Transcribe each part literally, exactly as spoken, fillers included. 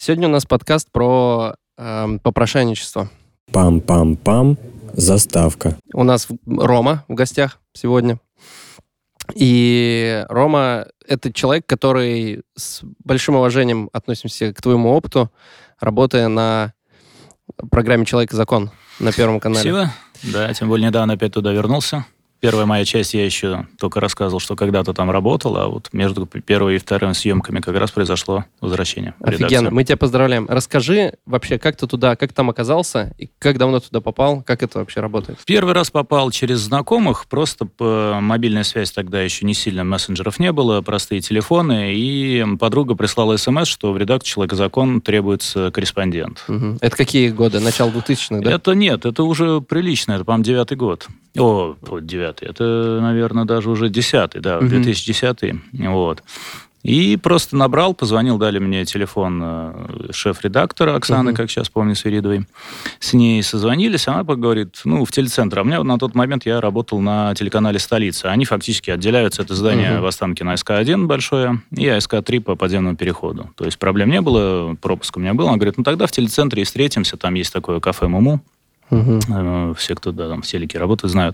Сегодня у нас подкаст про э, попрошайничество. Пам-пам-пам, заставка. У нас Рома в гостях сегодня. И Рома — это человек, который с большим уважением относимся к твоему опыту, работая на программе «Человек и закон» на Первом канале. Спасибо. Да, тем более недавно опять туда вернулся. Первая моя часть, я еще только рассказывал, что когда-то там работал, а вот между первой и второй съемками как раз произошло возвращение в редакцию. Офигенно, мы тебя поздравляем. Расскажи вообще, как ты туда, как там оказался, и как давно туда попал, как это вообще работает? Первый раз попал через знакомых, просто по мобильная связь тогда еще не сильно, мессенджеров не было, простые телефоны, и подруга прислала смс, что в редакцию «Человек и закон» требуется корреспондент. Угу. Это какие годы? Начало двухтысячных, да? Это нет, это уже прилично, это, по-моему, девятый год. О, вот девятый, это, наверное, даже уже десятый, да, две тысячи десятый, вот. И просто набрал, позвонил, дали мне телефон э, шеф-редактора Оксаны, uh-huh. как сейчас помню, Свиридовой. С ней созвонились, она говорит, ну, в телецентр. А у меня на тот момент я работал на телеканале «Столица». Они фактически отделяются, это здание uh-huh. в Останкино АСК один большое и АСК три по подземному переходу. То есть проблем не было, пропуск у меня был. Она говорит, ну, тогда в телецентре и встретимся, там есть такое кафе «Муму». Uh-huh. Все, кто да, там в телеке работает, знают.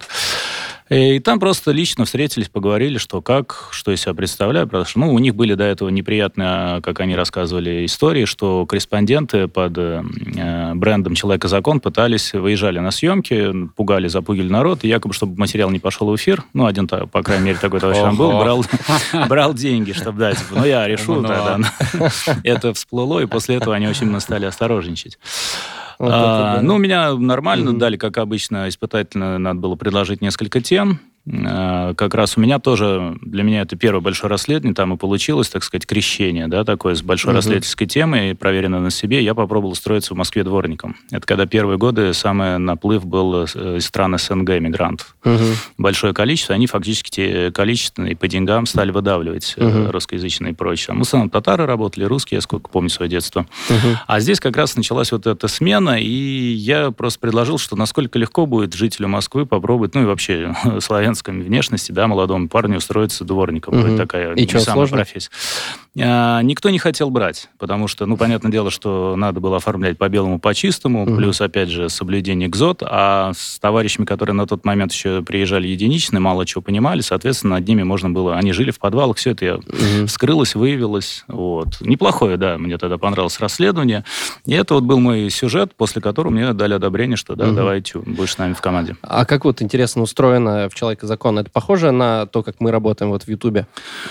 И там просто лично встретились, поговорили, что как, что из себя представляю. Потому что, ну, у них были до этого неприятные, как они рассказывали, истории, что корреспонденты под э, брендом «Человек и закон» пытались, выезжали на съемки, пугали, запугивали народ, и якобы, чтобы материал не пошел в эфир, ну, один, по крайней мере, такой товарищ там был, брал, брал деньги, чтобы дать. Типа, ну, я решу тогда. Это всплыло, и после этого они очень стали осторожничать. Вот а, это, да. Ну, у меня нормально mm-hmm. дали, как обычно, испытательно надо было предложить несколько тем. А, как раз у меня тоже, для меня это первое большое расследование, там и получилось, так сказать, крещение, да, такое, с большой mm-hmm. расследовательской темой, проверено на себе. Я попробовал устроиться в Москве дворником. Это когда первые годы самый наплыв был из стран СНГ мигрантов. Mm-hmm. Большое количество, они фактически те количественные по деньгам стали выдавливать mm-hmm. русскоязычные и прочее. Мы в основном татары работали, русские, я сколько помню свое детство. Mm-hmm. А здесь как раз началась вот эта смена, и я просто предложил, что насколько легко будет жителю Москвы попробовать, ну и вообще славянской внешности, да, молодому парню устроиться дворником. Mm-hmm. Такая и не самая профессия. А, никто не хотел брать, потому что, ну, понятное дело, что надо было оформлять по белому, по чистому, mm-hmm. плюс, опять же, соблюдение экзот, а с товарищами, которые на тот момент еще приезжали единичные, мало чего понимали, соответственно, над ними можно было... Они жили в подвалах, все это mm-hmm. вскрылось, выявилось. Вот. Неплохое, да, мне тогда понравилось расследование. И это вот был мой сюжет, после которого мне дали одобрение, что да, mm-hmm. давайте, будешь с нами в команде. А как вот интересно устроено в «Человек и закон»? Это похоже на то, как мы работаем вот в Ютубе?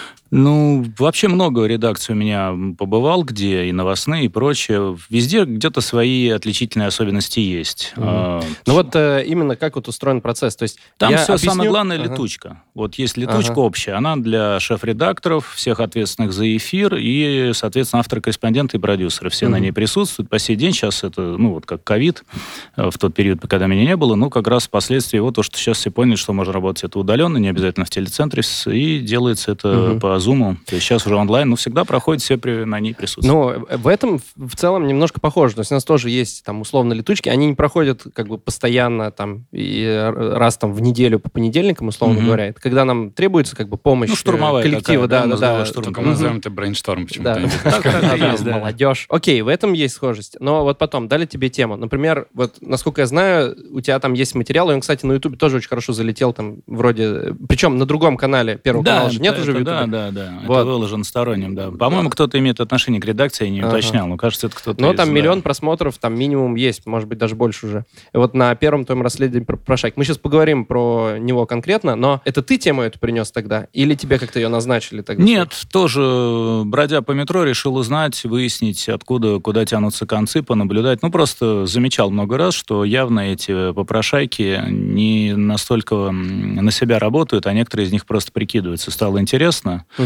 Ну, вообще много редакций у меня побывал, где и новостные, и прочее. Везде где-то свои отличительные особенности есть. Mm-hmm. А, ну вот э, именно как вот устроен процесс? То есть там я все объясню... самое главное ага. летучка. Вот есть летучка ага. общая, она для шеф-редакторов, всех ответственных за эфир и, соответственно, авторы-корреспонденты и продюсеры. Все mm-hmm. на ней присутствуют. По сей день сейчас это, ну вот как ковид, в тот период, когда меня не было, ну как раз впоследствии вот то, что сейчас все поняли, что можно работать это удаленно, не обязательно в телецентре, и делается это mm-hmm. по Zoom. То есть сейчас уже онлайн, но всегда проходит, все при, на ней присутствуют. Ну, в этом в целом немножко похоже. То есть у нас тоже есть там условно летучки, они не проходят как бы постоянно там и раз там в неделю по понедельникам, условно mm-hmm. говоря. Это когда нам требуется как бы помощь ну, штурмовая коллектива. Такая, да, да, да. Штурм. Только мы называем это брейншторм почему-то. Молодежь. Окей, в этом есть схожесть. Но вот потом дали тебе тему. Например, вот насколько я знаю, у тебя там есть материал, и он, кстати, на Ютубе тоже очень хорошо залетел там вроде... Причем на другом канале, Первого канала же нет уже в Ютубе. Да, да, да. Вот. Выложен сторонним, да. По-моему, да. кто-то имеет отношение к редакции, я не ага. уточнял, но кажется, это кто-то. Ну, из, там да. миллион просмотров, там минимум есть, может быть, даже больше уже. И вот на первом твоем расследовании про Попрошайки. Мы сейчас поговорим про него конкретно, но это ты тему эту принес тогда? Или тебе как-то ее назначили тогда? Нет, тоже, бродя по метро, решил узнать, выяснить, откуда, куда тянутся концы, понаблюдать. Ну, просто замечал много раз, что явно эти попрошайки не настолько на себя работают, а некоторые из них просто прикидываются. Стало интересно. Угу.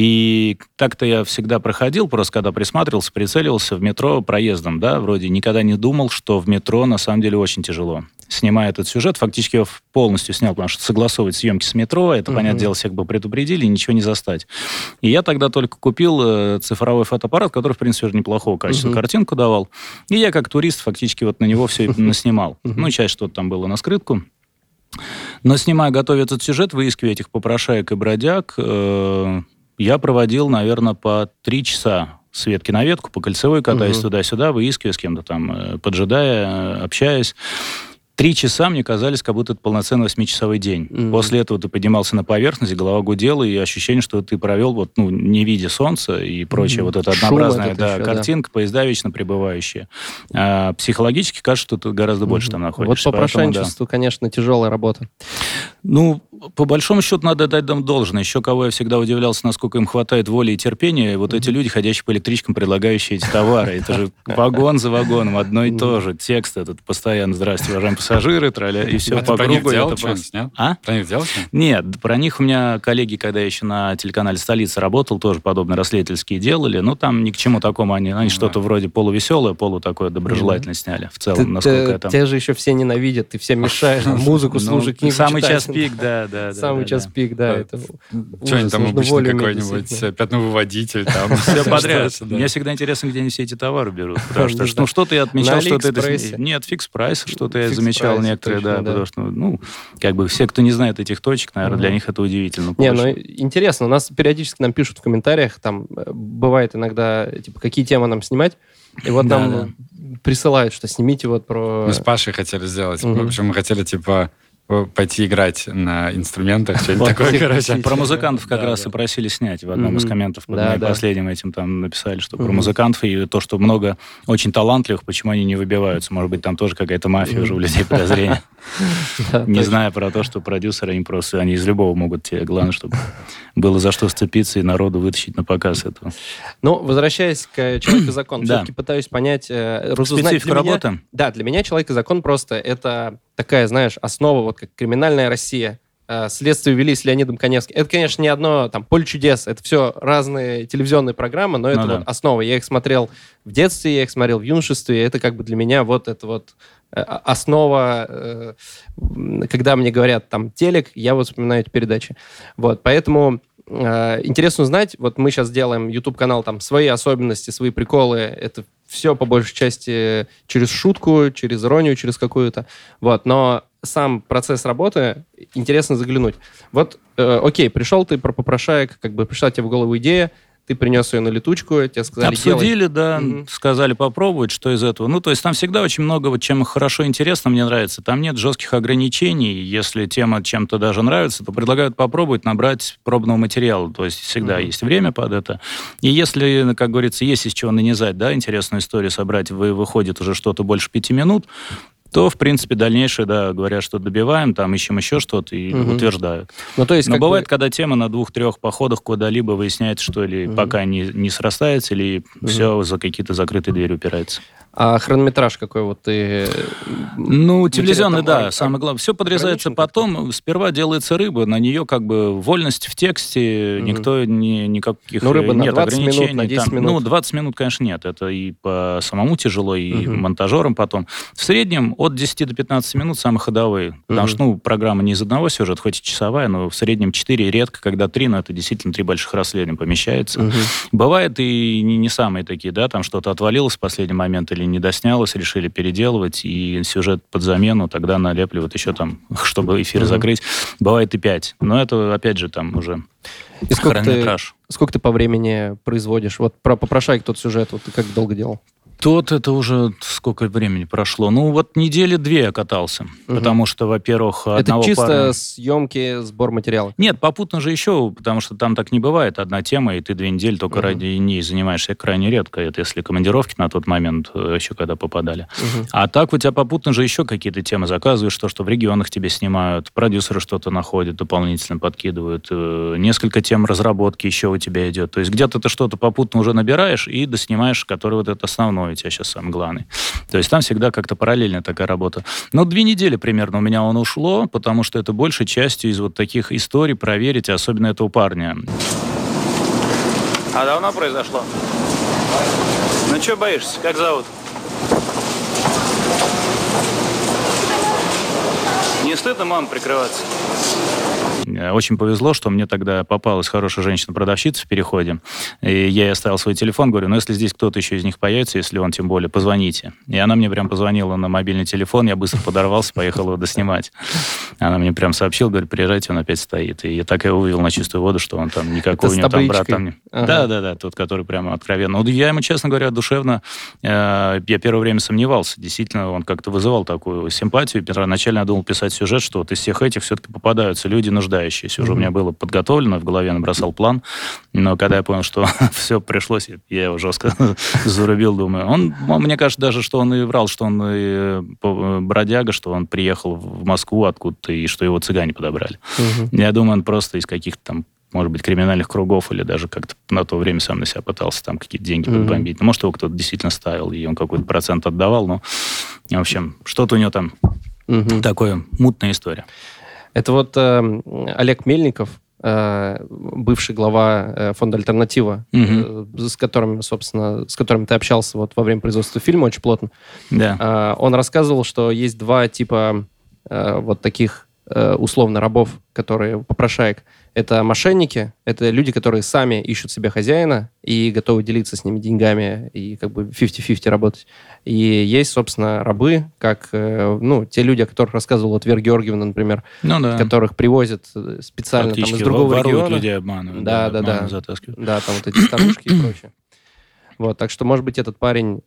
И так-то я всегда проходил, просто когда присматривался, прицеливался в метро проездом, да, вроде никогда не думал, что в метро на самом деле очень тяжело. Снимая этот сюжет, фактически его полностью снял, потому что согласовывать съемки с метро, это, mm-hmm. понятное дело, всех бы предупредили, ничего не застать. И я тогда только купил э, цифровой фотоаппарат, который, в принципе, неплохого качества mm-hmm. картинку давал. И я, как турист, фактически вот на него все это наснимал. Mm-hmm. Ну, часть что-то там было на скрытку. Но снимая, готовя этот сюжет, выискивая этих попрошаек и бродяг, э, я проводил, наверное, по три часа с ветки на ветку, по кольцевой катаясь Мгм. туда-сюда, выискивая с кем-то там, э, поджидая, э, общаясь. Три часа мне казались, как будто это полноценный восьмичасовой день. Мгм. После этого ты поднимался на поверхность, голова гудела, и ощущение, что ты провел, вот, ну, не видя солнца и прочее, Мгм. вот эта Шум однообразная этот да, еще, да. картинка, поезда вечно прибывающие. А психологически кажется, что ты гораздо больше там Вот находишься. по Поэтому, да. попрошайничеству, конечно, тяжелая работа. Ну, по большому счету, надо дать им должное. Еще кого я всегда удивлялся, насколько им хватает воли и терпения. Вот эти люди, ходящие по электричкам, предлагающие эти товары. Это же вагон за вагоном, одно и то же. Текст этот постоянно: «Здравствуйте, уважаемые пассажиры», траля, и все А по ты про них кругу. делал Это что-нибудь, просто- нет? А? Про них делал что-нибудь? Нет, про них у меня коллеги, когда я еще на телеканале «Столица» работал, тоже подобные расследовательские делали. Ну, там ни к чему такому. Они, они Ну, что-то да. вроде полувеселое, полу такое доброжелательное сняли. В целом, Ты- насколько ты- я там... Тебя же еще все ненавидят, ты всем мешаешь, там, музыку Ну, слушай, книгу самый читай. час пик, да, да. да, Самый да, час да. пик, да. Да. Это Что-нибудь ужас, там нужно обычно волю иметь, какой-нибудь действительно. э, пятновыводитель там. Все подряд. Что-то, да. Мне всегда интересно, где они все эти товары берут. Потому что, Не ну, знаю. что-то я отмечал, На что-то это... Алиэкспрессе. Нет, фикс-прайс, что-то я Фикс замечал прайсе, некоторые, точно, да, да. потому что, ну, как бы все, кто не знает этих точек, наверное, Мгм. для них это удивительно. Не, ну больше. интересно, у нас периодически нам пишут в комментариях, там э, бывает иногда, типа, какие темы нам снимать, и вот Да, нам присылают, что снимите вот про... Мы с Пашей хотели сделать. Мгм. В общем, мы хотели, типа, э, пойти играть на инструментах, что-нибудь Вот, такое, всех короче. просить. Про музыкантов как Да, раз да. и просили снять в одном из Мгм. комментов под Да, моим да. последним этим там написали, что про Мгм. музыкантов и то, что много очень талантливых, почему они не выбиваются. Может быть, там тоже какая-то мафия уже у людей подозрения. Да, Не точно. зная про то, что продюсеры, они просто, они из любого могут тебе, главное, чтобы было за что сцепиться и народу вытащить на показ этого. Ну, возвращаясь к «Человек и закон», Да. все-таки пытаюсь понять, э, разузнать Специфику для меня- работы? Да, для меня «Человек и закон» просто это такая, знаешь, основа, вот как «Криминальная Россия», э, «Следствие вели» с Леонидом Каневским. Это, конечно, не одно, там, «Поле чудес», это все разные телевизионные программы, но это Ну да. вот основа. Я их смотрел в детстве, я их смотрел в юношестве, и это как бы для меня вот это вот э, основа, э, м, когда мне говорят там телек, я вот вспоминаю эти передачи. Вот, поэтому э, интересно узнать, вот мы сейчас делаем YouTube-канал, там свои особенности, свои приколы, это все по большей части через шутку, через иронию, через какую-то, вот, но сам процесс работы интересно заглянуть. Вот, э, окей, пришел ты про попрошаек, как бы пришла тебе в голову идея, ты принес ее на летучку, тебе сказали, Обсудили, делай. да, Мгм. сказали попробовать, что из этого. Ну, то есть там всегда очень много, вот чем хорошо и интересно, мне нравится. Там нет жестких ограничений. Если тема чем-то даже нравится, то предлагают попробовать набрать пробного материала. То есть всегда Мгм. есть время под это. И если, как говорится, есть из чего нанизать, да, интересную историю собрать, вы, выходит уже что-то больше пяти минут, то, в принципе, дальнейшее, да, говорят, что добиваем, там ищем еще что-то и Мгм. утверждают. Ну, то есть, Но как бывает, бы- когда тема на двух-трех походах куда-либо выясняется, что или Мгм. пока не, не срастается, или Мгм. все за какие-то закрытые двери упирается. А хронометраж какой вот ты... Ну, материал телевизионный, там да, ог- самое главное. Все подрезается ограничен как-то? потом. Сперва делается рыба, на нее как бы вольность в тексте, Мгм. никто не, никаких Ну, рыба на нет двадцать минут, ограничений. на десять Там, минут. Ну, двадцать минут, конечно, нет. Это и по самому тяжело, и Мгм. монтажерам потом. В среднем от десяти до пятнадцати минут самые ходовые. Потому Мгм. что, ну, программа не из одного сюжета, хоть и часовая, но в среднем четыре, редко, когда три, но это действительно три больших расследования помещается. Мгм. Бывает и не, не самые такие, да, там что-то отвалилось в последний момент или не доснялось, решили переделывать, и сюжет под замену тогда налепливают еще там, чтобы эфир Мгм. закрыть. Бывает и пять. Но это, опять же, там уже И сколько ты, хронометраж. сколько ты по времени производишь? Вот про попрошайк тот сюжет, вот ты как долго делал? Тот это уже сколько времени прошло? Ну, вот недели две я катался. Мгм. Потому что, во-первых, одного Это чисто парня- съемки, сбор материала? Нет, попутно же еще, потому что там так не бывает. Одна тема, и ты две недели только Мгм. ради ней занимаешься крайне редко. Это если командировки на тот момент э, еще когда попадали. Мгм. А так у тебя попутно же еще какие-то темы заказываешь, то, что в регионах тебе снимают, продюсеры что-то находят, дополнительно подкидывают, э, несколько тем разработки еще у тебя идет. То есть где-то ты что-то попутно уже набираешь и доснимаешь, который вот это основной у тебя сейчас самый главный. То есть там всегда как-то параллельно такая работа. Но две недели примерно у меня он ушло, потому что это большей частью из вот таких историй проверить, особенно этого парня. А давно произошло? Ну что боишься? Как зовут? Не стыдно, мам, прикрываться? Очень повезло, что мне тогда попалась хорошая женщина-продавщица в переходе, и я ей оставил свой телефон, говорю, ну, если здесь кто-то еще из них появится, если он, тем более, позвоните. И она мне прям позвонила на мобильный телефон, я быстро подорвался, поехал его доснимать. Она мне прям сообщила, говорит, приезжайте, он опять стоит. И я так и вывел на чистую воду, что он там никакой, у него там брат там... Ага. Да, да, да, тот, который прямо откровенно. Вот я ему, честно говоря, душевно, э, я первое время сомневался. Действительно, он как-то вызывал такую симпатию. Первоначально я думал писать сюжет, что вот из всех этих все-таки попадаются люди нуждающиеся. Уже mm-hmm. у меня было подготовлено, в голове набросал план. Но когда я понял, что все пришлось, я его жестко зарубил, думаю. Он, мне кажется, даже, что он и врал, что он и бродяга, что он приехал в Москву откуда-то, и что его цыгане подобрали. Mm-hmm. Я думаю, он просто из каких-то там, может быть, криминальных кругов, или даже как-то на то время сам на себя пытался там какие-то деньги mm-hmm. подбомбить. Ну, может, его кто-то действительно ставил, и он какой-то процент отдавал, но, в общем, что-то у него там mm-hmm. такое мутная история. Это вот э, Олег Мельников, э, бывший глава э, фонда «Альтернатива», mm-hmm. э, с которым, собственно, с которым ты общался вот во время производства фильма очень плотно. Да. Э, он рассказывал, что есть два типа э, вот таких э, условно рабов, которые попрошаек. Это мошенники, это люди, которые сами ищут себе хозяина и готовы делиться с ними деньгами и как бы пятьдесят на пятьдесят работать. И есть, собственно, рабы, как, ну, те люди, о которых рассказывала вот Вера Георгиевна, например, ну, да. которых привозят специально там, из другого воруют, региона. Людей обманывают. Да, да, да. Да, да, там вот эти старушки и прочее. Вот, так что, может быть, этот парень...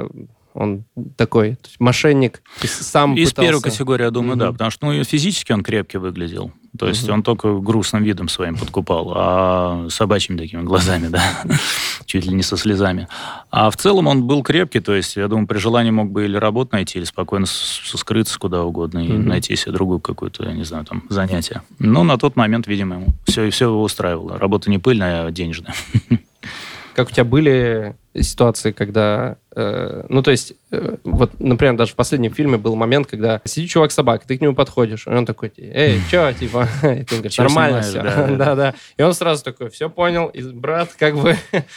Он такой, то есть мошенник, сам Из пытался... первой категории, я думаю, угу. да, потому что ну, физически он крепкий выглядел. То есть угу. он только грустным видом своим подкупал, а собачьими такими глазами, да, чуть ли не со слезами. А в целом он был крепкий, то есть, я думаю, при желании мог бы или работу найти, или спокойно скрыться куда угодно и угу. найти себе другую какую-то, я не знаю, там, занятие. Но на тот момент, видимо, ему все, все его устраивало. Работа не пыльная, а денежная. Как у тебя были ситуации, когда... Э, ну, то есть, э, вот, например, даже в последнем фильме был момент, когда сидит чувак с собакой, ты к нему подходишь, и он такой, эй, чё, типа... И ты говоришь, нормально все. Да-да. И он сразу такой, все понял, и брат, как бы...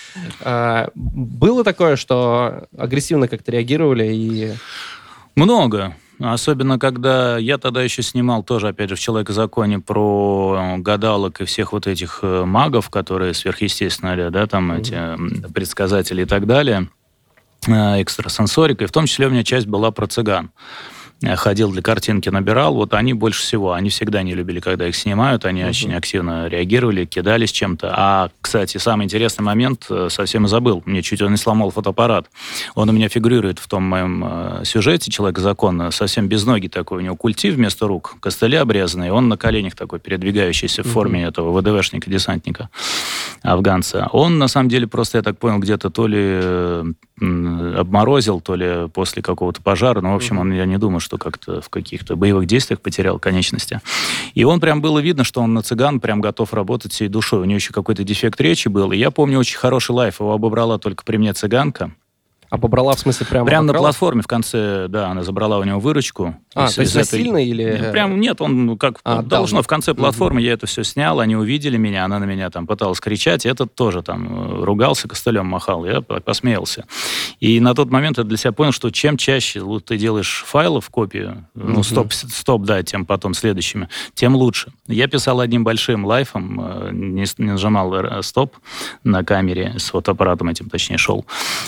Было такое, что агрессивно как-то реагировали и... Много. Особенно, когда я тогда еще снимал тоже, опять же, в «Человеке-законе» про гадалок и всех вот этих магов, которые сверхъестественные, да, там mm-hmm. эти предсказатели и так далее, экстрасенсорика, и в том числе у меня часть была про цыган. Ходил для картинки, набирал, вот они больше всего, они всегда не любили, когда их снимают, они uh-huh. очень активно реагировали, кидались чем-то. А, кстати, самый интересный момент, совсем забыл, мне чуть он не сломал фотоаппарат. Он у меня фигурирует в том моем э, сюжете «Человек-закон», совсем без ноги такой, у него культи вместо рук, костыли обрезанные, он на коленях такой, передвигающийся uh-huh. в форме этого ВДВшника-десантника, афганца. Он, на самом деле, просто, я так понял, где-то то ли э, обморозил, то ли после какого-то пожара, но, в общем, uh-huh. он, я не думаю, что что как-то в каких-то боевых действиях потерял конечности. И он прям было видно, что он на цыган прям готов работать всей душой. У него еще какой-то дефект речи был. И я помню очень хороший лайф. Его обобрала только при мне цыганка. Обобрала, в смысле, прямо Прямо на платформе в конце, да, она забрала у него выручку. А, то есть насильно этой... или... Прям нет, он как а, должно. Да, в конце платформы угу. я это все снял, они увидели меня, она на меня там пыталась кричать, этот тоже там ругался, костылем махал, я посмеялся. И на тот момент я для себя понял, что чем чаще ты делаешь файлов, копию, угу. ну, стоп, стоп, да, тем потом следующими, тем лучше. Я писал одним большим лайфом, не, не нажимал стоп на камере, с фотоаппаратом этим, точнее, шел.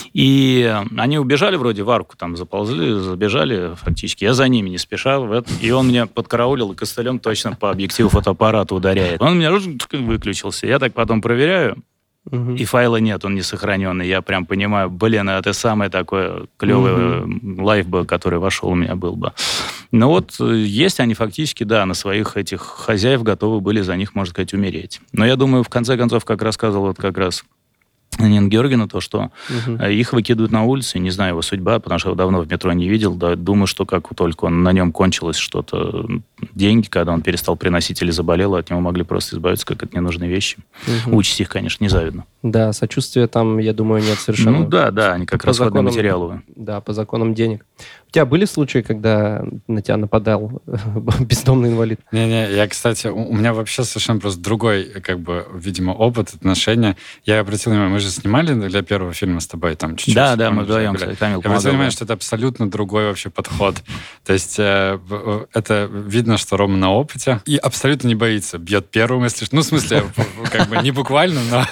И они убежали вроде в арку, там заползли, забежали фактически. Я за ними не спеша. И он меня подкараулил и костылем точно по объективу фотоаппарата ударяет. Он меня выключился. Я так потом проверяю, угу. и файла нет, он не сохраненный. Я прям понимаю, блин, это самый такой клевый угу. лайф бы, который вошел у меня был бы. Но вот есть они фактически, да, на своих этих хозяев готовы были за них, можно сказать, умереть. Но я думаю, в конце концов, как рассказывал вот как раз Нина Георгиевна, то, что угу. их выкидывают на улице, не знаю его судьба, потому что я его давно в метро не видел, да, думаю, что как только он, на нем кончилось что-то, деньги, когда он перестал приносить или заболел, от него могли просто избавиться, как от ненужной вещи. Угу. Участь их, конечно, незавидно. Да, сочувствия там, я думаю, нет совершенно. Ну да, да, они как по расходные законам, материалы. Да, по законам денег. У тебя были случаи, когда на тебя нападал бездомный инвалид? Не-не, я, кстати, у, у меня вообще совершенно просто другой, как бы, видимо, опыт, отношения. Я обратил внимание, мы же снимали для первого фильма с тобой там чуть-чуть. Да, да, мы вдвоем, кстати, Камил Я обратил внимание, что это абсолютно другой вообще подход. То есть э, это видно, что Рома на опыте и абсолютно не боится. Бьет первым, если что. Ну, в смысле, как бы не буквально, но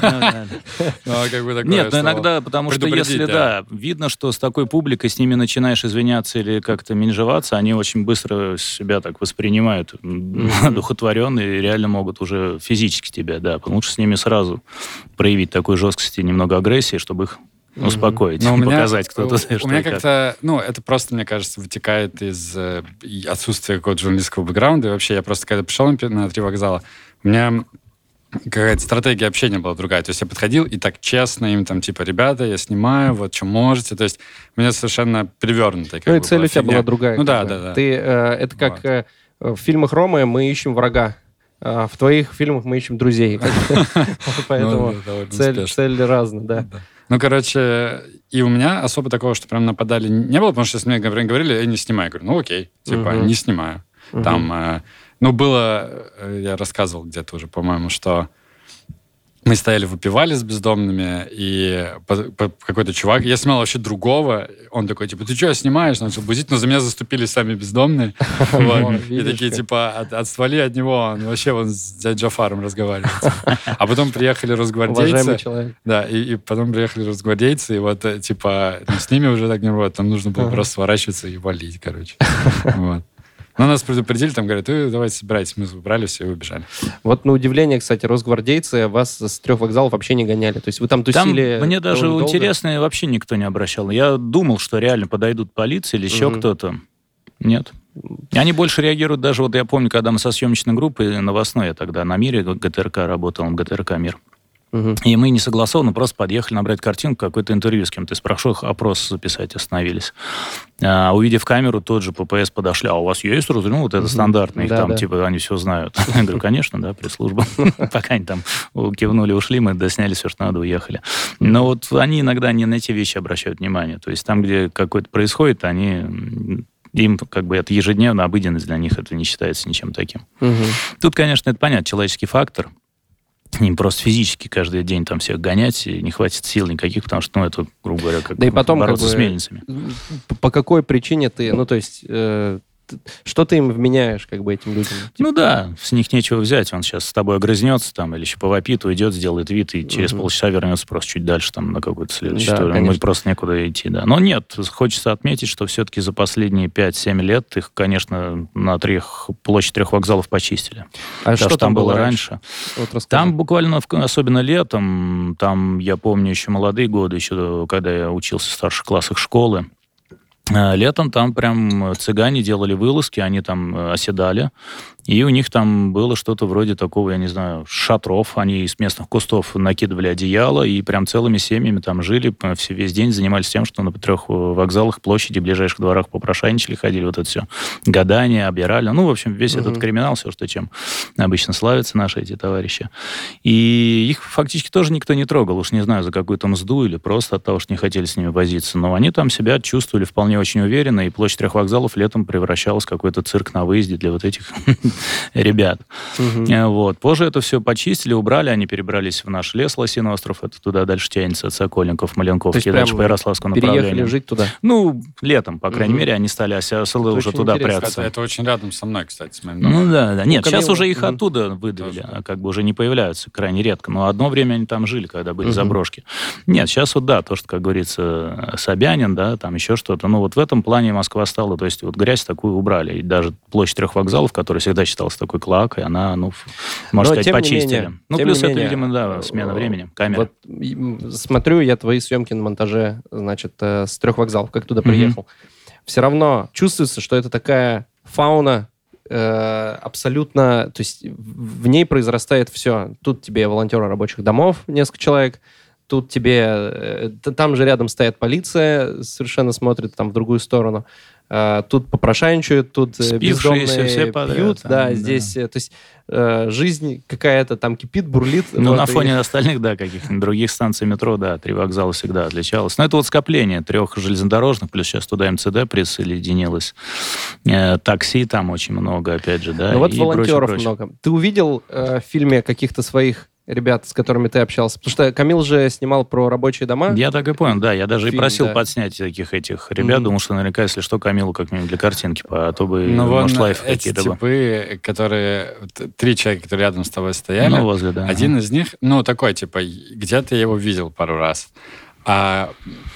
как бы такое. Нет, но иногда, потому что если, да, видно, что с такой публикой с ними начинаешь извиняться или как-то менжеваться, они очень быстро себя так воспринимают одухотворенно и реально могут уже физически тебя, да. Лучше с ними сразу проявить такой жесткости, немного агрессии, чтобы их успокоить, но показать, кто ты, что У меня как-то, ну, это просто, мне кажется, вытекает из э, отсутствия какого-то журналистского бэкграунда. И вообще, я просто, когда пришел на три вокзала, у меня какая-то стратегия общения была другая. То есть я подходил и так честно им там, типа, ребята, я снимаю, вот, что можете. То есть у меня совершенно перевернутая. Ну, и цель у тебя была другая. Ну, да, да, да. Ты, э, это как вот. э, в фильмах Ромы мы ищем врага. А в твоих фильмах мы ищем друзей. Поэтому цель разная, да. Ну, короче, и у меня особо такого, что прям нападали, не было, потому что с мне говорили, я не снимаю. Я говорю, ну, окей, типа, не снимаю. Там, ну, было, я рассказывал где-то уже, по-моему, что мы стояли, выпивали с бездомными, и какой-то чувак, я снимал вообще другого, он такой, типа, ты что, снимаешь? Начал бузить, но за меня заступили сами бездомные. И такие, типа, отствали от него, он вообще вон с дядей Джафаром разговаривает. А потом приехали росгвардейцы. Да, и потом приехали росгвардейцы, и вот, типа, с ними уже так не было, там нужно было просто сворачиваться и валить, короче. Вот. Но нас предупредили, там говорят, э, давайте собирайтесь. Мы убрали все и убежали. Вот на удивление, кстати, росгвардейцы вас с трех вокзалов вообще не гоняли. То есть вы там тусили... Там мне даже интересно, вообще никто не обращал. Я думал, что реально подойдут полиция или еще угу. кто-то. Нет. Они больше реагируют даже... Вот я помню, когда мы со съемочной группой новостной, я тогда на «Мире», ГТРК работал, ГТРК «Мир». Угу. И мы не согласованно просто подъехали набрать картинку, какое-то интервью с кем-то. Спрашиваю их, опрос записать, остановились. А, увидев камеру, тот же ППС подошли. А у вас есть розы? Ну, вот это угу. стандартно. Их да, там, да. типа, они все знают. Я говорю, конечно, да, пресс-служба. Пока они там кивнули, ушли, мы досняли все, что надо, уехали. Но вот они иногда не на те вещи обращают внимание. То есть там, где какое-то происходит, они... Им как бы это ежедневно, обыденность для них, это не считается ничем таким. Угу. Тут, конечно, это понятно, человеческий фактор. Им просто физически каждый день там всех гонять, и не хватит сил никаких, потому что, ну, это, грубо говоря, как да и потом, бороться как бы, с мельницами. По какой причине ты, ну, то есть... Э, что ты им вменяешь, как бы, этим людям? Ну типа? Да, с них нечего взять. Он сейчас с тобой огрызнется там, или еще повопит, уйдет, сделает вид, и через угу. полчаса вернется просто чуть дальше там, на какую-то следующую да, историю. Ему просто некуда идти, да. Но нет, хочется отметить, что все-таки за последние пять-семь лет их, конечно, на трех, площадь трех вокзалов почистили. А что, что там было раньше? раньше? Вот там буквально, особенно летом, там, я помню, еще молодые годы, еще когда я учился в старших классах школы, летом там прям цыгане делали вылазки, они там оседали, и у них там было что-то вроде такого, я не знаю, шатров. Они из местных кустов накидывали одеяло и прям целыми семьями там жили, все, весь день занимались тем, что на трех вокзалах, площади, ближайших дворах попрошайничали, ходили, вот это все, гадания, обирали. Ну, в общем, весь угу. этот криминал, все, что чем обычно славятся наши эти товарищи. И их фактически тоже никто не трогал, уж не знаю, за какую-то мзду или просто от того, что не хотели с ними возиться. Но они там себя чувствовали вполне очень уверенно, и площадь трех вокзалов летом превращалась в какой-то цирк на выезде для вот этих ребят. Угу. Вот. Позже это все почистили, убрали, они перебрались в наш лес, Лосиный остров, это туда дальше тянется от Сокольников, Маленковки, дальше по Ярославскому направлению. Переехали жить туда? Ну, летом, по крайней угу. мере, они стали оселы уже туда прятаться. Это, это очень рядом со мной, кстати, с моим домом. Ну да, да. Нет, ну, сейчас уже их угу. оттуда выдавили, Тоже, да. как бы уже не появляются крайне редко. Но одно время они там жили, когда были угу. заброшки. Нет, сейчас вот да, то, что, как говорится, Собянин, да, там еще что-то. Ну вот в этом плане Москва стала, то есть вот грязь такую убрали. И даже площадь трех вокзалов, которая всегда считалась такой клоакой, она, ну, можно Но, сказать, почистили. Менее, ну, плюс это, менее, видимо, да, смена времени, камера. Вот смотрю я твои съемки на монтаже, значит, э, с трех вокзалов, как туда приехал. Mm-hmm. Все равно чувствуется, что это такая фауна э, абсолютно... То есть в ней произрастает все. Тут тебе волонтеры рабочих домов, несколько человек, тут тебе... э, т- Там же рядом стоит полиция, совершенно смотрит там в другую сторону. А, Тут попрошайничают, тут э, Спившиеся бездомные все подряд, пьют. там, Да, да. здесь... э, То есть э, жизнь какая-то там кипит, бурлит. Ну, вот, на и- фоне остальных, да, каких-нибудь других станций метро, да, три вокзала всегда отличалось. Но это вот скопление трех железнодорожных, плюс сейчас туда эм цэ дэ присоединилось. Э, такси там очень много, опять же, да. Ну вот и волонтеров прочее, прочее. много. Ты увидел э, в фильме каких-то своих ребят, с которыми ты общался? Потому что Камил же снимал про рабочие дома. Я так и понял, да. Я даже Фильм, и просил да. подснять таких этих ребят. Мгм. Думал, что наверняка, если что, Камилу как-нибудь для картинки, а то бы, Ну, может, вон лайф эти какие-то бы. типы, которые... т- Три человека, которые рядом с тобой стояли. Ну, возле, да. Один из них, ну, такой, типа, где-то я его видел пару раз. А,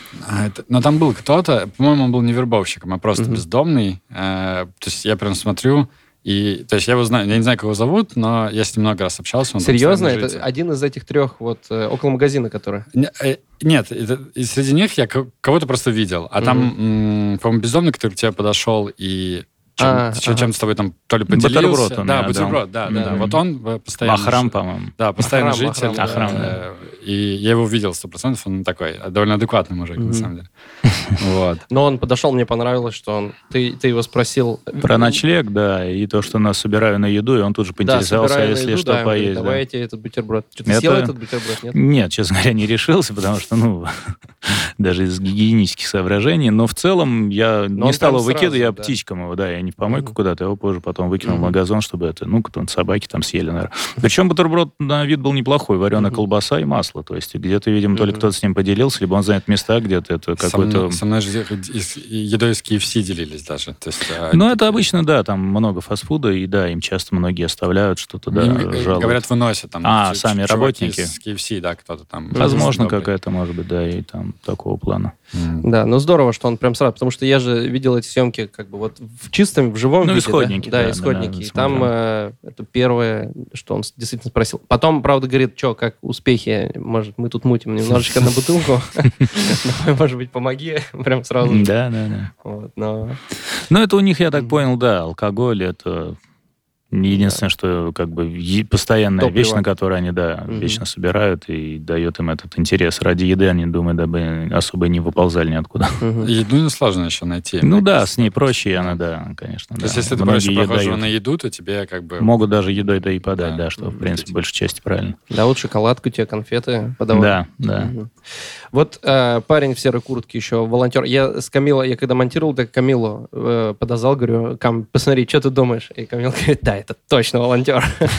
а это- но там был кто-то, по-моему, он был не вербовщиком, а просто Мгм. бездомный. Э, то есть я прям смотрю, и... То есть я его знаю, я не знаю, как его зовут, но я с ним много раз общался. Он там Серьезно? постоянно Это житель. один из этих трех вот э, около магазина, который... Не- э, Нет, это- и среди них я ко- кого-то просто видел. А там, м, по-моему, бездомный, который к тебе подошел и чем, А, чем- ага. чем с тобой там то ли поделился. Бутерброд он да, мне отдал. бутерброд, да, да, да. Мгм. Вот он э, постоянно... Махрам, ж- по-моему. Да, постоянно Охрам, житель. охрам, Охрам, э, И я его видел сто процентов, он такой э, довольно адекватный мужик, Мгм. на самом деле. Вот. Но он подошел, мне понравилось, что он... Ты, ты его спросил... Про ночлег, да, и то, что нас собираю на еду, и он тут же Да, поинтересовался, собираю на если еду, что, да, он говорит, поесть. да. давай я тебе этот бутерброд. Что, ты Это- съел этот бутерброд, нет? Нет, честно говоря, не решился, потому что, ну, даже из гигиенических соображений. Но в целом я Но он не стал прям его выкидывать, сразу, я да. птичкам его, да, я не в помойку Мгм. куда-то, его позже потом выкинул Мгм. в магазин, чтобы это, ну, кто-то собаки там съели, наверное. Причем бутерброд на вид был неплохой, вареная Мгм. колбаса и масло. То есть где-то, видимо, то ли Мгм. кто-то с ним поделился, либо он знает места, где-то это Со какой-то... мной, со мной же из- и едой из кей эф си делились даже. То есть, а, Ну, это обычно, да, там много фастфуда, и да, им часто многие оставляют что-то, да, им, э, жалуют. говорят, выносят там. А, ч- сами чуваки работники? из кей эф си, да, кто-то там. Возможно, Добрый. какая-то, может быть, да, и там такого плана. М. Да, ну здорово, что он прям сразу, потому что я же видел эти съемки как бы вот в чистом, в живом Ну, виде. исходники, Да, да, исходники. да, И там смотрел. э, это первое, что он с- действительно спросил. Потом, правда, говорит, что, как успехи? Может, мы тут мутим немножечко на бутылку? Давай, может быть, помоги. Прям сразу. Да, да, да. Вот, но... Ну, это у них, я так понял, да, алкоголь, это единственное, что как бы е- постоянная Топливо. вещь, на которой они, да, Мгм. вечно собирают и дает им этот интерес. Ради еды они, думаю, дабы особо не выползали ниоткуда. Мгм. И еду не сложно еще найти. Ну мне да, кажется. с ней проще, и она, да, конечно. То да. есть, если ты Многие просишь ей прохожего дают. на еду, то тебе как бы... Могут даже едой да и подать, Да. да, что, в Мгм. принципе, большей части правильно. Да, вот шоколадку тебе, конфеты подавали. Да, да. Мгм. Вот э, парень в серой куртке еще, волонтер. Я с Камилой, я когда монтировал, так Камилу э, подозвал, говорю, Кам, посмотри, что ты думаешь? И Камил говорит, да, это точно волонтер.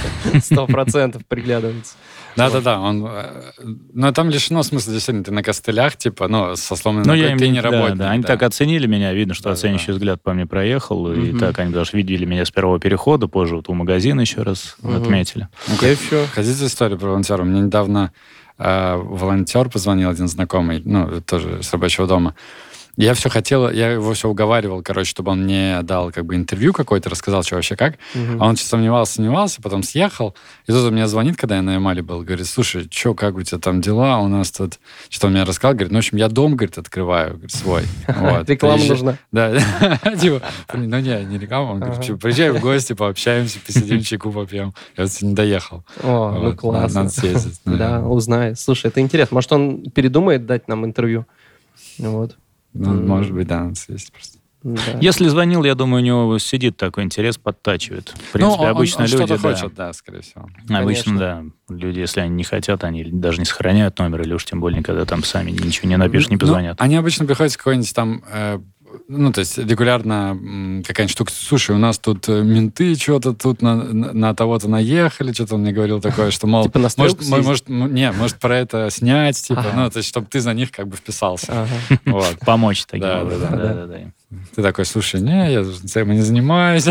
Сто процентов приглядывается. Да-да-да, он... э, Но там лишено смысла, действительно, ты на костылях, типа, ну, со сломанной Ну, ногой, я им ты не не да, работник. да, они да. так оценили меня, видно, что Да, да, оценивающий да. взгляд по мне проехал, и Мгм. так они даже видели меня с первого перехода, позже вот у магазина еще раз Мгм. отметили. Я еще... Хотите историю про волонтера? Мне недавно э, волонтер позвонил, один знакомый, ну, тоже с рабочего дома. Я все хотел, я его все уговаривал, короче, чтобы он мне дал как бы интервью какое-то, рассказал, что вообще как. Мгм. А он что-то сомневался, сомневался, потом съехал. И тут он мне звонит, когда я на Ямале был, говорит, слушай, что, как у тебя там дела? У нас тут... Что-то он мне рассказал, говорит, ну, в общем, я дом, говорит, открываю, говорит, свой. Вот. Реклама Приезжай- нужна. Да, типа, блин, ну не, не реклама. Он говорит, Ага. «Типа, приезжай в гости, пообщаемся, посидим, чайку попьем. Я вот не доехал. О, ну Вот, классно. Надо съездить. Да, узнай. Слушай, это интересно. Может, он передумает дать нам интервью? Вот. Ну, может быть, да, надо съездить просто. Да. Если звонил, я думаю, у него сидит такой интерес, подтачивает. В принципе, Ну, он- обычно он люди, что-то да, хочет, да, скорее всего. обычно, да, люди, если они не хотят, они даже не сохраняют номер, или уж тем более никогда там сами ничего не напишут, не Ну, позвонят. они обычно приходят с какой-нибудь там... э, ну, то есть регулярно м, какая-нибудь штука. Слушай, у нас тут э, менты что-то тут на, на, на того-то наехали, что-то он мне говорил такое, что, мол, Типа на может, стрелку мо- съездить? может, м, не, может про это снять, типа, Ага. ну, то есть, чтобы ты за них как бы вписался. Ага. Вот. Помочь таким Да, образом. да, да. Да, да, да. Ты такой, слушай, не, я этим не занимаюсь.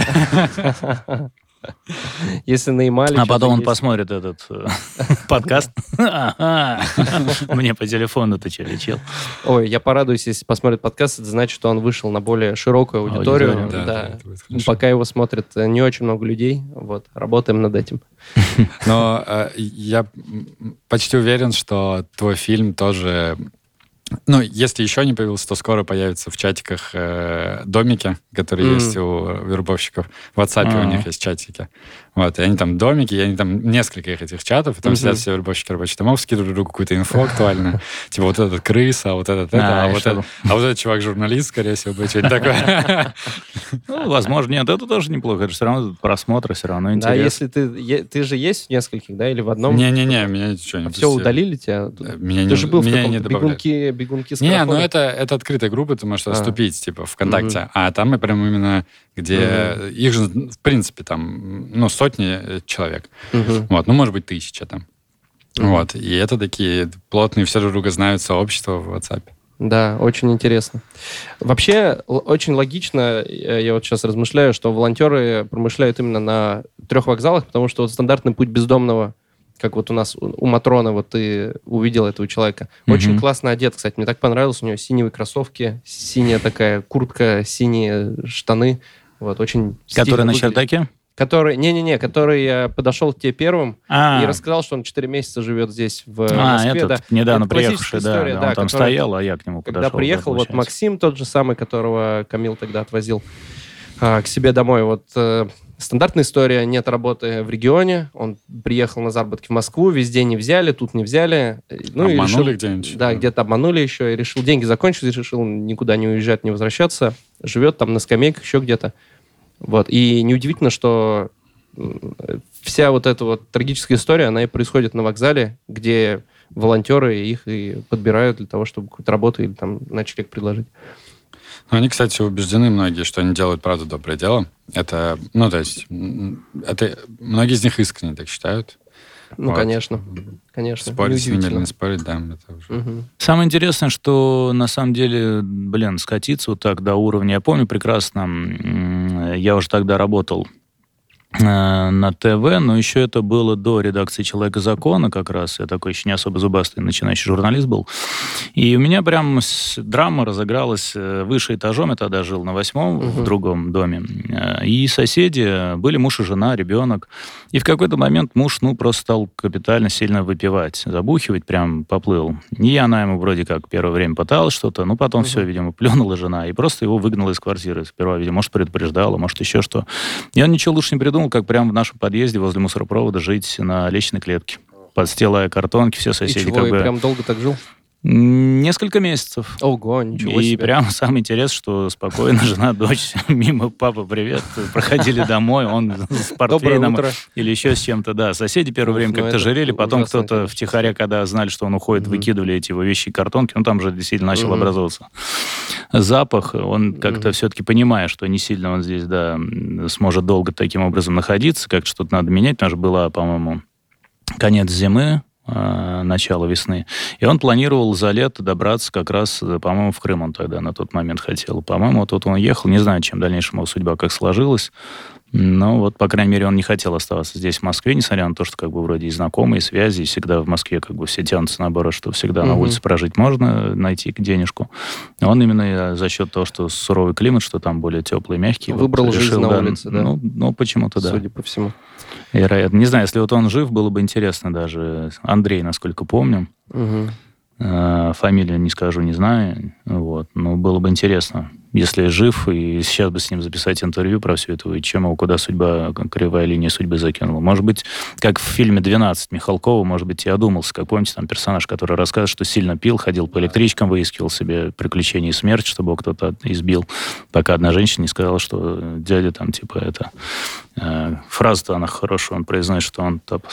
Если на Ямале... А что-то потом он есть. посмотрит этот э, подкаст. Ага. Мне по телефону ты что, лечил? Ой, я порадуюсь, если посмотрит подкаст, это значит, что он вышел на более широкую аудиторию. Аудиторию, Да. это будет хорошо. Пока его смотрит э, не очень много людей. Вот, работаем над этим. Но э, я м, почти уверен, что твой фильм тоже... Ну, если еще не появился, то скоро появится в чатиках э, домики, которые Мгм. есть у вербовщиков. В WhatsApp у А. них есть чатики. Вот, и они там домики, и они там несколько их этих чатов, и там uh-huh. сидят все любовщики рабочих домов, скидывают друг другу какую-то инфу актуальную. Типа вот этот крыса, а вот этот это, а вот этот а вот этот чувак-журналист, скорее всего, будет что-нибудь такое. Ну, возможно, нет, это тоже неплохо. Это все равно просмотры, все равно интересно. Да, если ты... Ты же есть в нескольких, да, или в одном? Не-не-не, меня ничего не Все удалили тебя? Меня ты же был в каком-то бегунки, бегунки с Не, ну это, это открытая группа, ты можешь вступить, типа, ВКонтакте. Угу. А там мы прям именно, где... Угу. Их же, в принципе, там, ну, сотни человек. Угу. Вот, ну, может быть, тысяча там. Угу. Вот, и это такие плотные, все друг друга знают, сообщества в WhatsApp. Да, очень интересно. Вообще, очень логично, я вот сейчас размышляю, что волонтеры промышляют именно на трех вокзалах, потому что вот стандартный путь бездомного, как вот у нас у Матроны, вот ты увидел этого человека. Очень mm-hmm. классно одет, кстати. Мне так понравилось. У него синие кроссовки, синяя такая куртка, синие штаны. Вот, очень Который на чердаке? Который, не-не-не, который подошел к тебе первым А-а-а. и рассказал, что он четыре месяца живет здесь, в а, Москве. Этот, да. недавно это приехавший, да, история, да, да, он там который, стоял, а я к нему подошел. Когда приехал, вот Максим, тот же самый, которого Камил тогда отвозил а, к себе домой. Вот а, стандартная история, нет работы в регионе, он приехал на заработки в Москву, везде не взяли, тут не взяли. Ну, обманули решил, где-нибудь. Да, где-то обманули еще, и решил деньги закончить, решил никуда не уезжать, не возвращаться. Живет там на скамейках, еще где-то. Вот. И неудивительно, что вся вот эта вот трагическая история, она и происходит на вокзале, где волонтеры их и подбирают для того, чтобы какую-то работу или там ночлег предложить. Ну, они, кстати, убеждены многие, что они делают, правда, доброе дело. Это, ну, то есть, это, многие из них искренне так считают. Ну, вот. конечно, конечно. Спорить с ними или не спорить, да, это уже... Угу. Самое интересное, что, на самом деле, блин, скатиться вот так до уровня... Я помню прекрасно, я уже тогда работал на ТВ, но еще это было до редакции «Человека закона» как раз. Я такой еще не особо зубастый начинающий журналист был. И у меня прям драма разыгралась выше этажом. Я тогда жил на восьмом, uh-huh. в другом доме. И соседи были муж и жена, ребенок. И в какой-то момент муж, ну, просто стал капитально сильно выпивать, забухивать, прям поплыл. И она ему вроде как первое время пыталась что-то, но потом uh-huh. все, видимо, плюнула жена. И просто его выгнала из квартиры. Сперва, видимо, может, предупреждала, может, еще что. И он ничего лучше не придумал, как прямо в нашем подъезде возле мусоропровода жить на лестничной клетке. Подстилая картонки, все соседи. И чего, как и бы... прям долго так жил? Несколько месяцев. Ого, ничего и себе. И прям самое интересное, что спокойно жена, дочь, мимо, папа, привет, проходили домой, он с портвейном или еще с чем-то, да. Соседи первое время ну, как-то жалели, потом кто-то конечно. втихаря, когда знали, что он уходит, mm-hmm. выкидывали эти его вещи и картонки, ну там же действительно начал mm-hmm. образовываться запах, он как-то mm-hmm. все-таки понимая, что не сильно он здесь, да, сможет долго таким образом находиться, как что-то надо менять, потому что была, по-моему, конец зимы, начала весны. И он планировал за лето добраться как раз, по-моему, в Крым он тогда на тот момент хотел. По-моему, тут он ехал. Не знаю, чем дальнейшая его судьба как сложилась. Но вот, по крайней мере, он не хотел оставаться здесь, в Москве, несмотря на то, что как бы вроде и знакомые, и связи, и всегда в Москве как бы все тянутся наоборот, что всегда mm-hmm. на улице прожить можно, найти денежку. Он именно за счет того, что суровый климат, что там более теплый, мягкий. Выбрал вот, жизнь решил, на да, улице, да? Ну, ну почему-то да. Судя по всему. Вероятно. Не знаю, если вот он жив, было бы интересно даже. Андрей, насколько помню. Угу. Фамилию не скажу, не знаю. Вот. Но было бы интересно, если жив, и сейчас бы с ним записать интервью про все это, и чем его куда судьба, кривая линия судьбы закинула. Может быть, как в фильме «двенадцать» Михалкова, может быть, я одумался, как помните, там персонаж, который рассказывает, что сильно пил, ходил по электричкам, выискивал себе приключения и смерть, чтобы его кто-то избил, пока одна женщина не сказала, что дядя там, типа, это... Э, фраза-то она хорошая, он произносит, что он там...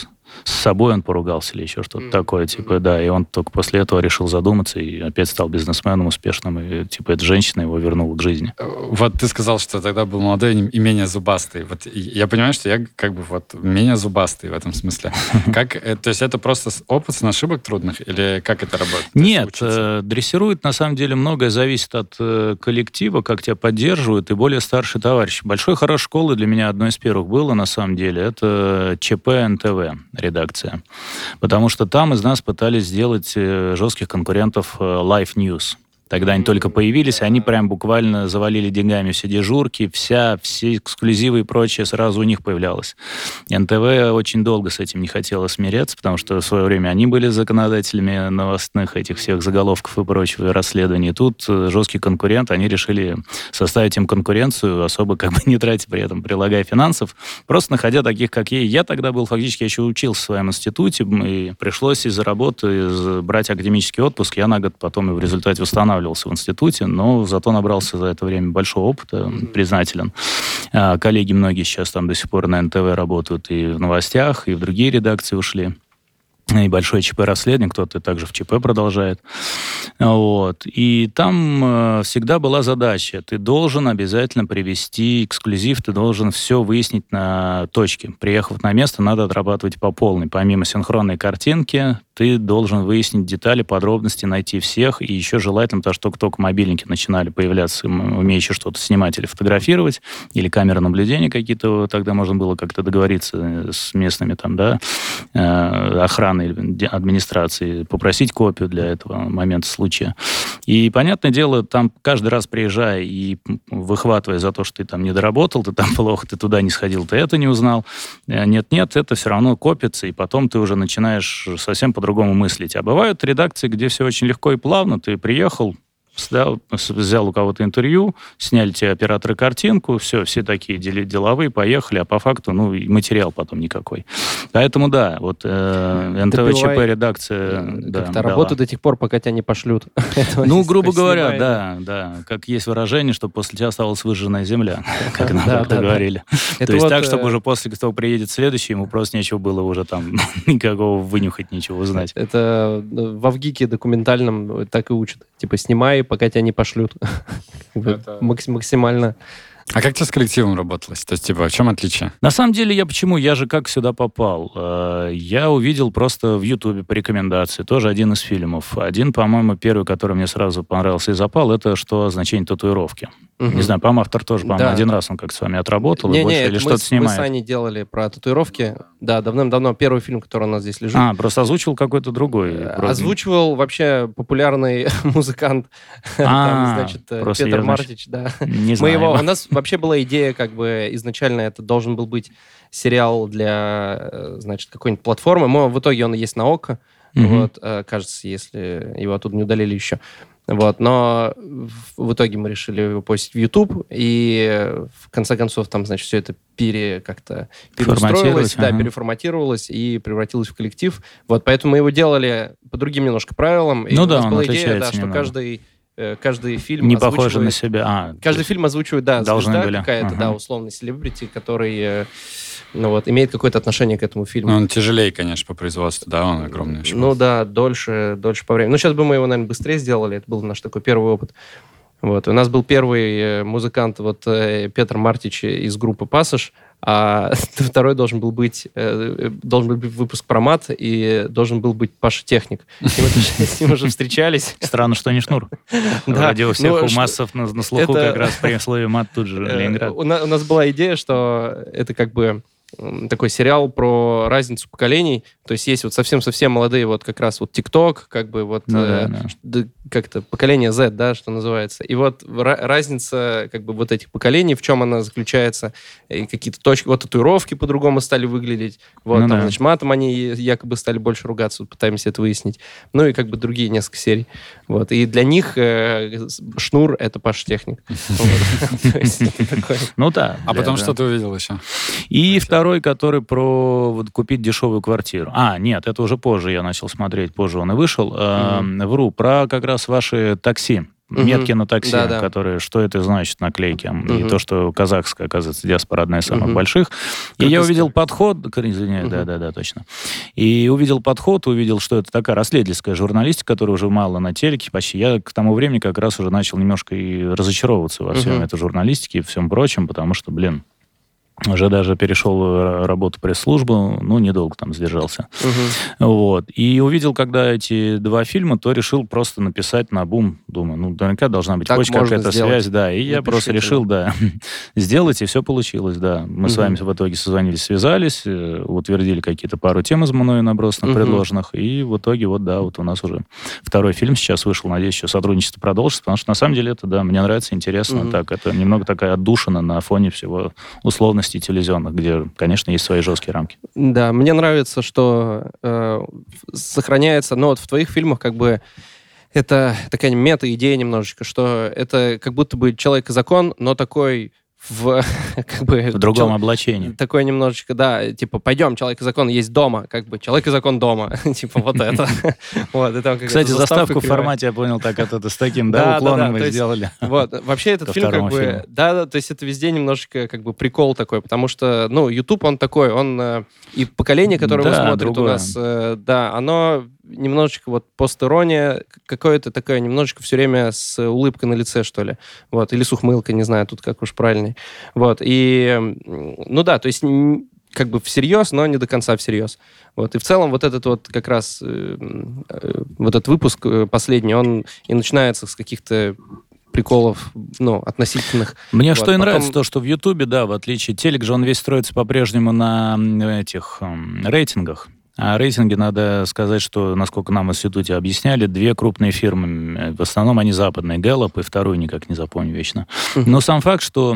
с собой он поругался или еще что-то mm-hmm. такое, типа, да, и он только после этого решил задуматься и опять стал бизнесменом успешным, и, типа, эта женщина его вернула к жизни. Вот ты сказал, что тогда был молодой и менее зубастый. Вот я понимаю, что я как бы вот менее зубастый в этом смысле. Как, то есть это просто опыт с ошибок трудных, или как это работает? Нет, дрессирует, на самом деле, многое зависит от коллектива, как тебя поддерживают, и более старший товарищ. Большой, хорошей школы для меня одной из первых было, на самом деле, это ЧП эн тэ вэ, редакция. Потому что там из нас пытались сделать жестких конкурентов Live News. Тогда они только появились, они прям буквально завалили деньгами все дежурки, вся, все эксклюзивы и прочее сразу у них появлялось. эн тэ вэ очень долго с этим не хотела смиряться, потому что в свое время они были законодателями новостных этих всех заголовков и прочего, и расследований. Тут жесткий конкурент, они решили составить им конкуренцию, особо как бы не тратя при этом, прилагая финансов, просто находя таких, как я. Я тогда был, фактически, я еще учился в своем институте, и пришлось из-за работы из, брать академический отпуск. Я на год потом и в результате восстанавливался в институте, но зато набрался за это время большого опыта, mm-hmm. признателен. А, коллеги многие сейчас там до сих пор на эн тэ вэ работают и в новостях, и в другие редакции ушли. И большой ЧП расследование, кто-то также в ЧП продолжает. Вот. И там э, всегда была задача. Ты должен обязательно привести эксклюзив, ты должен все выяснить на точке. Приехав на место, надо отрабатывать по полной. Помимо синхронной картинки, ты должен выяснить детали, подробности, найти всех. И еще желательно, потому что только-только мобильники начинали появляться, умеющие что-то снимать или фотографировать, или камеры наблюдения какие-то, тогда можно было как-то договориться с местными там, да, э, охраной администрации, попросить копию для этого момента случая. И, понятное дело, там каждый раз приезжая и выхватывая за то, что ты там не доработал, ты там плохо, ты туда не сходил, ты это не узнал. Нет-нет, это все равно копится, и потом ты уже начинаешь совсем по-другому мыслить. А бывают редакции, где все очень легко и плавно. Ты приехал, взял, взял у кого-то интервью, сняли тебе операторы картинку, все, все такие деловые, поехали, а по факту, ну, и материал потом никакой. Поэтому, да, вот э, эн тэ вэ ЧП редакция... Как-то да, работают до тех пор, пока тебя не пошлют. Ну, грубо говоря, да, да. Как есть выражение, что после тебя осталась выжженная земля, как нам говорили. То есть так, чтобы уже после того приедет следующий, ему просто нечего было уже там никакого вынюхать, ничего узнать. Это во ВГИКе документальном так и учат. Типа, снимай, пока тебя не пошлют. Это... Максимально. А как тебе с коллективом работалось? То есть, типа, в чем отличие? На самом деле, я почему? Я же как сюда попал? Я увидел просто в Ютубе по рекомендации тоже один из фильмов. Один, по-моему, первый, который мне сразу понравился и запал, это «Что значение татуировки». Угу. Не знаю, по-моему, автор тоже, по-моему, да. один раз он как с вами отработал, не, и больше не, или мы, что-то снимает. Мы с Аней делали про татуировки. Да, давным-давно. Первый фильм, который у нас здесь лежит. А, просто озвучивал какой-то другой. Озвучивал вообще популярный музыкант. Там, значит, Петр Мартич. Да. Не мы его, у нас вообще была идея, как бы изначально это должен был быть сериал для, значит, какой-нибудь платформы. Но в итоге он есть на ОККО. Mm-hmm. Вот, кажется, если его оттуда не удалили еще. Вот, но в итоге мы решили его постить в YouTube, и в конце концов там, значит, все это пере, как-то переустроилось, да, ага. переформатировалось и превратилось в коллектив. Вот, поэтому мы его делали по другим немножко правилам. И ну у да, нас он была идея, да, что немного. каждый, каждый фильм не похож на себя. А, каждый фильм озвучивает, да, звезда были. какая-то, ага. да, условный селебрити, который... Ну вот, имеет какое-то отношение к этому фильму. Ну, он тяжелее, конечно, по производству, да, он огромный еще. Ну да, дольше, дольше по времени. Ну, сейчас бы мы его, наверное, быстрее сделали, это был наш такой первый опыт. Вот. У нас был первый музыкант, вот, Петр Мартич из группы «Пассаж», а второй должен был быть, должен был быть выпуск про мат, и должен был быть Паша Техник. И мы с ним уже встречались. Странно, что не Шнур. Вроде у всех у массов на слуху как раз при слове мат тут же Ленинград. У нас была идея, что это как бы такой сериал про разницу поколений. То есть есть вот совсем-совсем молодые, вот как раз вот ТикТок, как бы вот ну, э, да, да. как-то поколение Z, да, что называется. И вот разница как бы вот этих поколений, в чем она заключается, и какие-то точки, вот татуировки по-другому стали выглядеть, вот ну, там, да. значит, матом они якобы стали больше ругаться, вот, пытаемся это выяснить. Ну и как бы другие несколько серий. Вот. И для них э, Шнур — это Паша Техник. Ну да. А потом что ты увидел еще? И второй Второй, который про вот, купить дешевую квартиру. А, нет, это уже позже я начал смотреть, позже он и вышел. Mm-hmm. Э, вру, про как раз ваши такси. Mm-hmm. Метки на такси, да, да. которые, что это значит, наклейки. Mm-hmm. И то, что казахская, оказывается, диаспора одна из самых mm-hmm. больших. И я увидел подход, извиняюсь, mm-hmm. да-да-да, точно. И увидел подход, увидел, что это такая расследовательская журналистика, которая уже мало на телеке почти. Я к тому времени как раз уже начал немножко и разочаровываться во всем mm-hmm. этой журналистике и всем прочем, потому что, блин, уже даже перешел работу в пресс-службу, ну, недолго там задержался. Uh-huh. Вот. И увидел, когда эти два фильма, то решил просто написать наобум. Думаю, ну, наверняка должна быть так хоть какая-то связь, да. И Напишите, я просто решил, да, сделать, и все получилось, да. Мы uh-huh. с вами в итоге созвонились, связались, утвердили какие-то пару тем из мною набросанных, uh-huh. предложенных, и в итоге вот, да, вот у нас уже второй фильм сейчас вышел, надеюсь, еще сотрудничество продолжится, потому что на самом деле это, да, мне нравится, интересно, uh-huh. так, это немного такая отдушина на фоне всего условностей телевизионных, где, конечно, есть свои жесткие рамки. Да, мне нравится, что э, сохраняется, но вот в твоих фильмах как бы это такая мета-идея немножечко, что это как будто бы «Человек и закон», но такой в, как бы, в другом чел... облачении. Такое немножечко, да, типа, пойдем, «Человек и закон» есть дома, как бы, «Человек и закон» дома. Типа вот это. Кстати, заставку в формате, я понял, так это с таким, да, уклоном мы сделали. Вот, вообще этот фильм как бы, да, то есть это везде немножечко как бы прикол такой, потому что, ну, YouTube, он такой, он и поколение, которое его смотрит у нас, да, оно немножечко вот постирония, какое-то такое немножечко все время с улыбкой на лице, что ли. Вот. Или с ухмылкой, не знаю, тут как уж правильный. Вот. И, ну да, то есть как бы всерьез, но не до конца всерьез. Вот. И в целом вот этот вот как раз э, э, вот этот выпуск последний, он и начинается с каких-то приколов, ну, относительных. Мне вот. что и Потом... нравится, то, что в Ютубе, да, в отличие телек же, он весь строится по-прежнему на этих э, рейтингах. А рейтинги, надо сказать, что, насколько нам в институте объясняли, две крупные фирмы, в основном они западные, Гэллоп, и вторую никак не запомню вечно. Но сам факт, что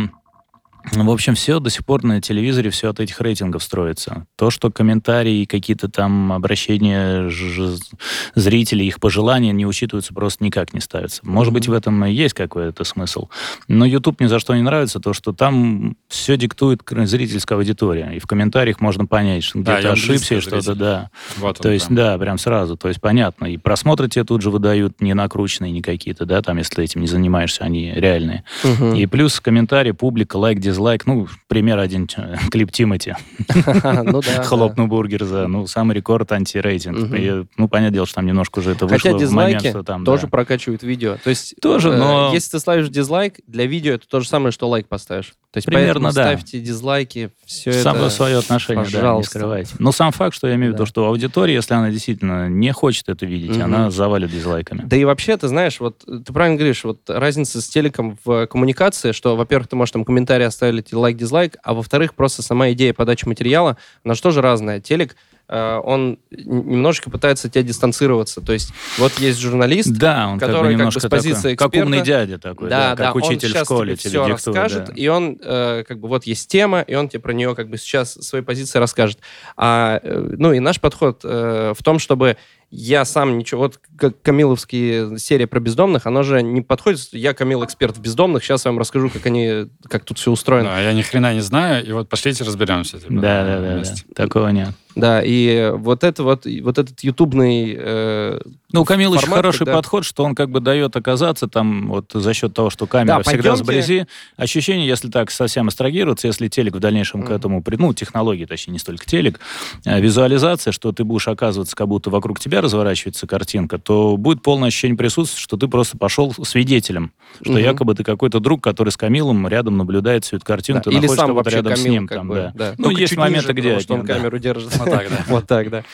в общем, все до сих пор на телевизоре, все от этих рейтингов строится. То, что комментарии, какие-то там обращения ж- зрителей, их пожелания не учитываются, просто никак не ставятся. Может mm-hmm. быть, в этом и есть какой-то смысл. Но YouTube ни за что не нравится, то, что там все диктует зрительская аудитория. И в комментариях можно понять, что где-то да, ошибся, что-то, да. Вот то есть, прям. да, прям сразу. То есть, понятно. И просмотры тебе тут же выдают не накрученные, не какие-то, да, там, если этим не занимаешься, они реальные. Mm-hmm. И плюс комментарии, публика, лайк, дизлайк. Дизлайк, ну, пример один, клип Тимати. Хлопнул бургер за, ну, самый рекорд антирейтинг. Ну, понятное дело, что там немножко уже это вышло в момент, что там... тоже прокачивают видео. То есть, тоже, но... если ты ставишь дизлайк, для видео это то же самое, что лайк поставишь. То есть, примерно, да. ставьте дизлайки, все это... Самое свое отношение, да, не скрывайте. Но сам факт, что я имею в виду, что аудитория, если она действительно не хочет это видеть, она завалит дизлайками. Да и вообще, ты знаешь, вот ты правильно говоришь, вот разница с телеком в коммуникации, что, во-первых, ты можешь там комментарии оставить, лайк-дизлайк, а во-вторых, просто сама идея подачи материала, она же тоже разная. Телек, э, он немножечко пытается от тебя дистанцироваться. То есть вот есть журналист, да, он который как, бы как бы с позиции такой, эксперта... Как умный дядя такой, да, да, как да, учитель в школе тебе тебе все диктует, расскажет, да. и он э, как бы вот есть тема, и он тебе про нее как бы сейчас своей позиции расскажет. А, э, ну и наш подход э, в том, чтобы я сам ничего... Вот как камиловские серии про бездомных, оно же не подходит. Я Камил эксперт в бездомных, сейчас я вам расскажу, как они, как тут все устроено. Да, я ни хрена не знаю, и вот пошлите разберемся. Типа, да, да, да, да, такого нет. Да, и вот это вот, вот этот ютубный э, Ну, у Камила очень хороший когда... подход, что он как бы дает оказаться там вот за счет того, что камера да, всегда пойдемте... сблизи. Ощущение, если так совсем абстрагироваться, если телек в дальнейшем mm. к этому, ну, технологии, точнее, не столько телек, а визуализация, что ты будешь оказываться, как будто вокруг тебя разворачивается картинка, то будет полное ощущение присутствия, что ты просто пошел свидетелем, что mm-hmm. якобы ты какой-то друг, который с Камилом рядом наблюдает всю эту картинку, да. Или находишься сам вообще рядом Камил, с ним. Как там, бы, да. Да. Ну, Только есть моменты, ниже, где... что он да. камеру держит. Вот так, да. Вот так, да.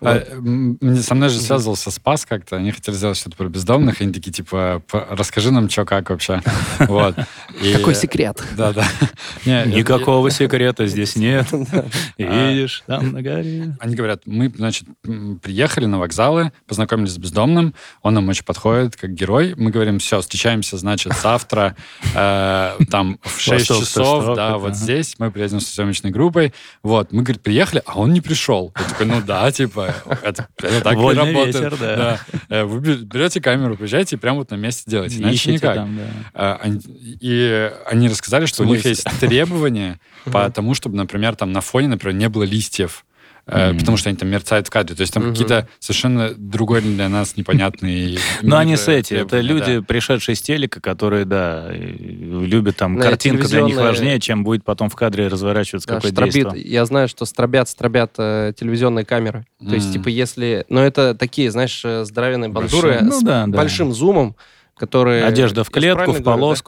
Со мной же связывался Спас как-то, они хотели сделать что-то про бездомных, и они такие, типа, расскажи нам, что, как вообще. Вот. Какой секрет? Да, да. Никакого секрета здесь нет. Видишь, там на горе. Они говорят, мы, значит, приехали на вокзалы, познакомились с бездомным, он нам очень подходит как герой. Мы говорим, все, встречаемся, значит, завтра там в шесть часов, да, вот здесь. Мы приедем с съемочной группой. Вот, мы, говорит, приехали, а он не пришел. Я такой, ну да, типа, это, это так и работает. Ветер, да. Да. Вы берете камеру, приезжаете и прямо вот на месте делаете. Иначе Ищите никак. Там, да. Они, и они рассказали, что у них есть требования по тому, чтобы, например, там на фоне, например, не было листьев. Mm-hmm. Потому что они там мерцают в кадре. То есть там mm-hmm. какие-то совершенно другой для нас непонятные... Но они с эти, это люди, пришедшие с телека, которые, да, любят там, картинка для них важнее, чем будет потом в кадре разворачиваться какое-то действие. Я знаю, что стробят, стробят телевизионные камеры. То есть, типа, если... Но это такие, знаешь, здоровенные бандуры с большим зумом, которые... Одежда в клетку, в полоску.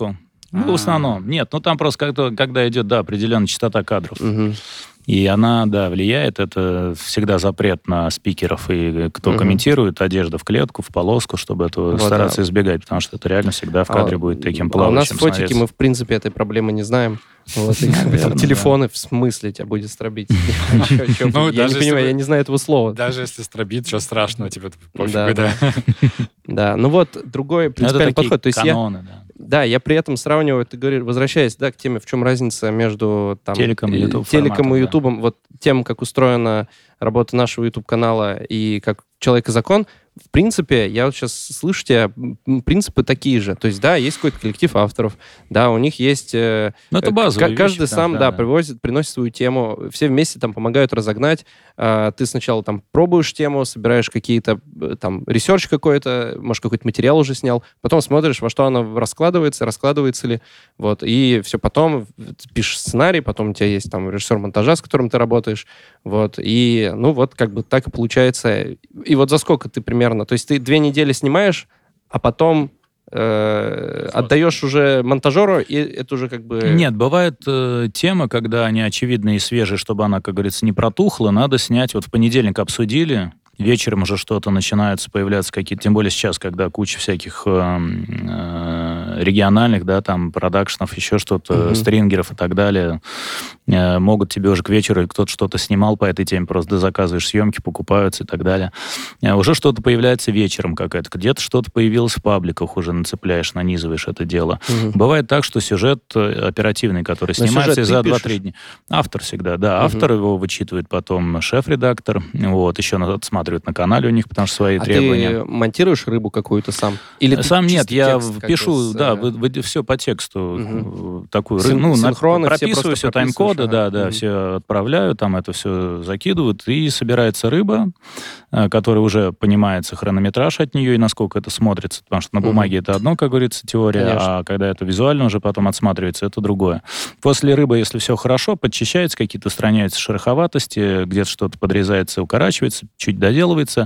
Ну, в основном. Нет, ну там просто когда, когда идет, да, определенная частота кадров. Угу. И она, да, влияет. Это всегда запрет на спикеров и кто угу. комментирует, одежда в клетку, в полоску, чтобы этого вот, стараться да. избегать, потому что это реально всегда в кадре а, будет таким плавающим. А у нас фотики, смотреться. Мы в принципе этой проблемы не знаем. Вот, и там телефоны, в смысле тебя будет стробить? Я не понимаю, я не знаю этого слова. Даже если стробит, что страшного, типа, пофигу, да. Да, ну вот другой принципиальный подход. То есть я, да, я при этом сравниваю, ты говоришь, возвращаясь, да, к теме, в чем разница между там, телеком и YouTube телеком и Ютубом, да. Вот тем, как устроена работа нашего YouTube-канала и как «Человек и закон», в принципе, я вот сейчас слышу тебя, принципы такие же. То есть, да, есть какой-то коллектив авторов, да, у них есть... Ну, это базовые к- Каждый вещи, сам, да, да, да. Привозит, приносит свою тему, все вместе там помогают разогнать. Ты сначала там пробуешь тему, собираешь какие-то, там, ресерч какой-то, может, какой-то материал уже снял, потом смотришь, во что оно раскладывается, раскладывается ли, вот, и все, потом пишешь сценарий, потом у тебя есть там режиссер монтажа, с которым ты работаешь, вот, и, ну, вот, как бы так и получается. И вот за сколько ты примерно... То есть ты две недели снимаешь, а потом э, отдаешь уже монтажеру, и это уже как бы... Нет, бывает э, тема, когда они очевидны и свежие, чтобы она, как говорится, не протухла, надо снять. Вот в понедельник обсудили, вечером уже что-то начинаются появляться какие-то, тем более сейчас, когда куча всяких э, э, региональных, да, там, продакшенов, еще что-то, mm-hmm. стрингеров и так далее, э, могут тебе уже к вечеру, кто-то что-то снимал по этой теме, просто заказываешь съемки, покупаются и так далее. Э, уже что-то появляется вечером какая-то, где-то что-то появилось в пабликах, уже нацепляешь, нанизываешь это дело. Mm-hmm. Бывает так, что сюжет оперативный, который Но снимается за два-три дня. Автор всегда, да, mm-hmm. автор его вычитывает потом шеф-редактор, вот, еще надо смотреть на канале у них, потому что свои а требования. Ты монтируешь рыбу какую-то сам? Или сам нет, я пишу, с... да, вы, вы, все по тексту. Угу. Такую Син- ну, синхроны, прописываю все, тайм-коды, ага. да, да, угу. все отправляю, там это все закидывают, и собирается рыба, которая уже понимается хронометраж от нее и насколько это смотрится, потому что на бумаге угу. это одно, как говорится, теория, Конечно. А когда это визуально уже потом отсматривается, это другое. После рыбы, если все хорошо, подчищается, какие-то устраняются шероховатости, где-то что-то подрезается, укорачивается, чуть доделывается,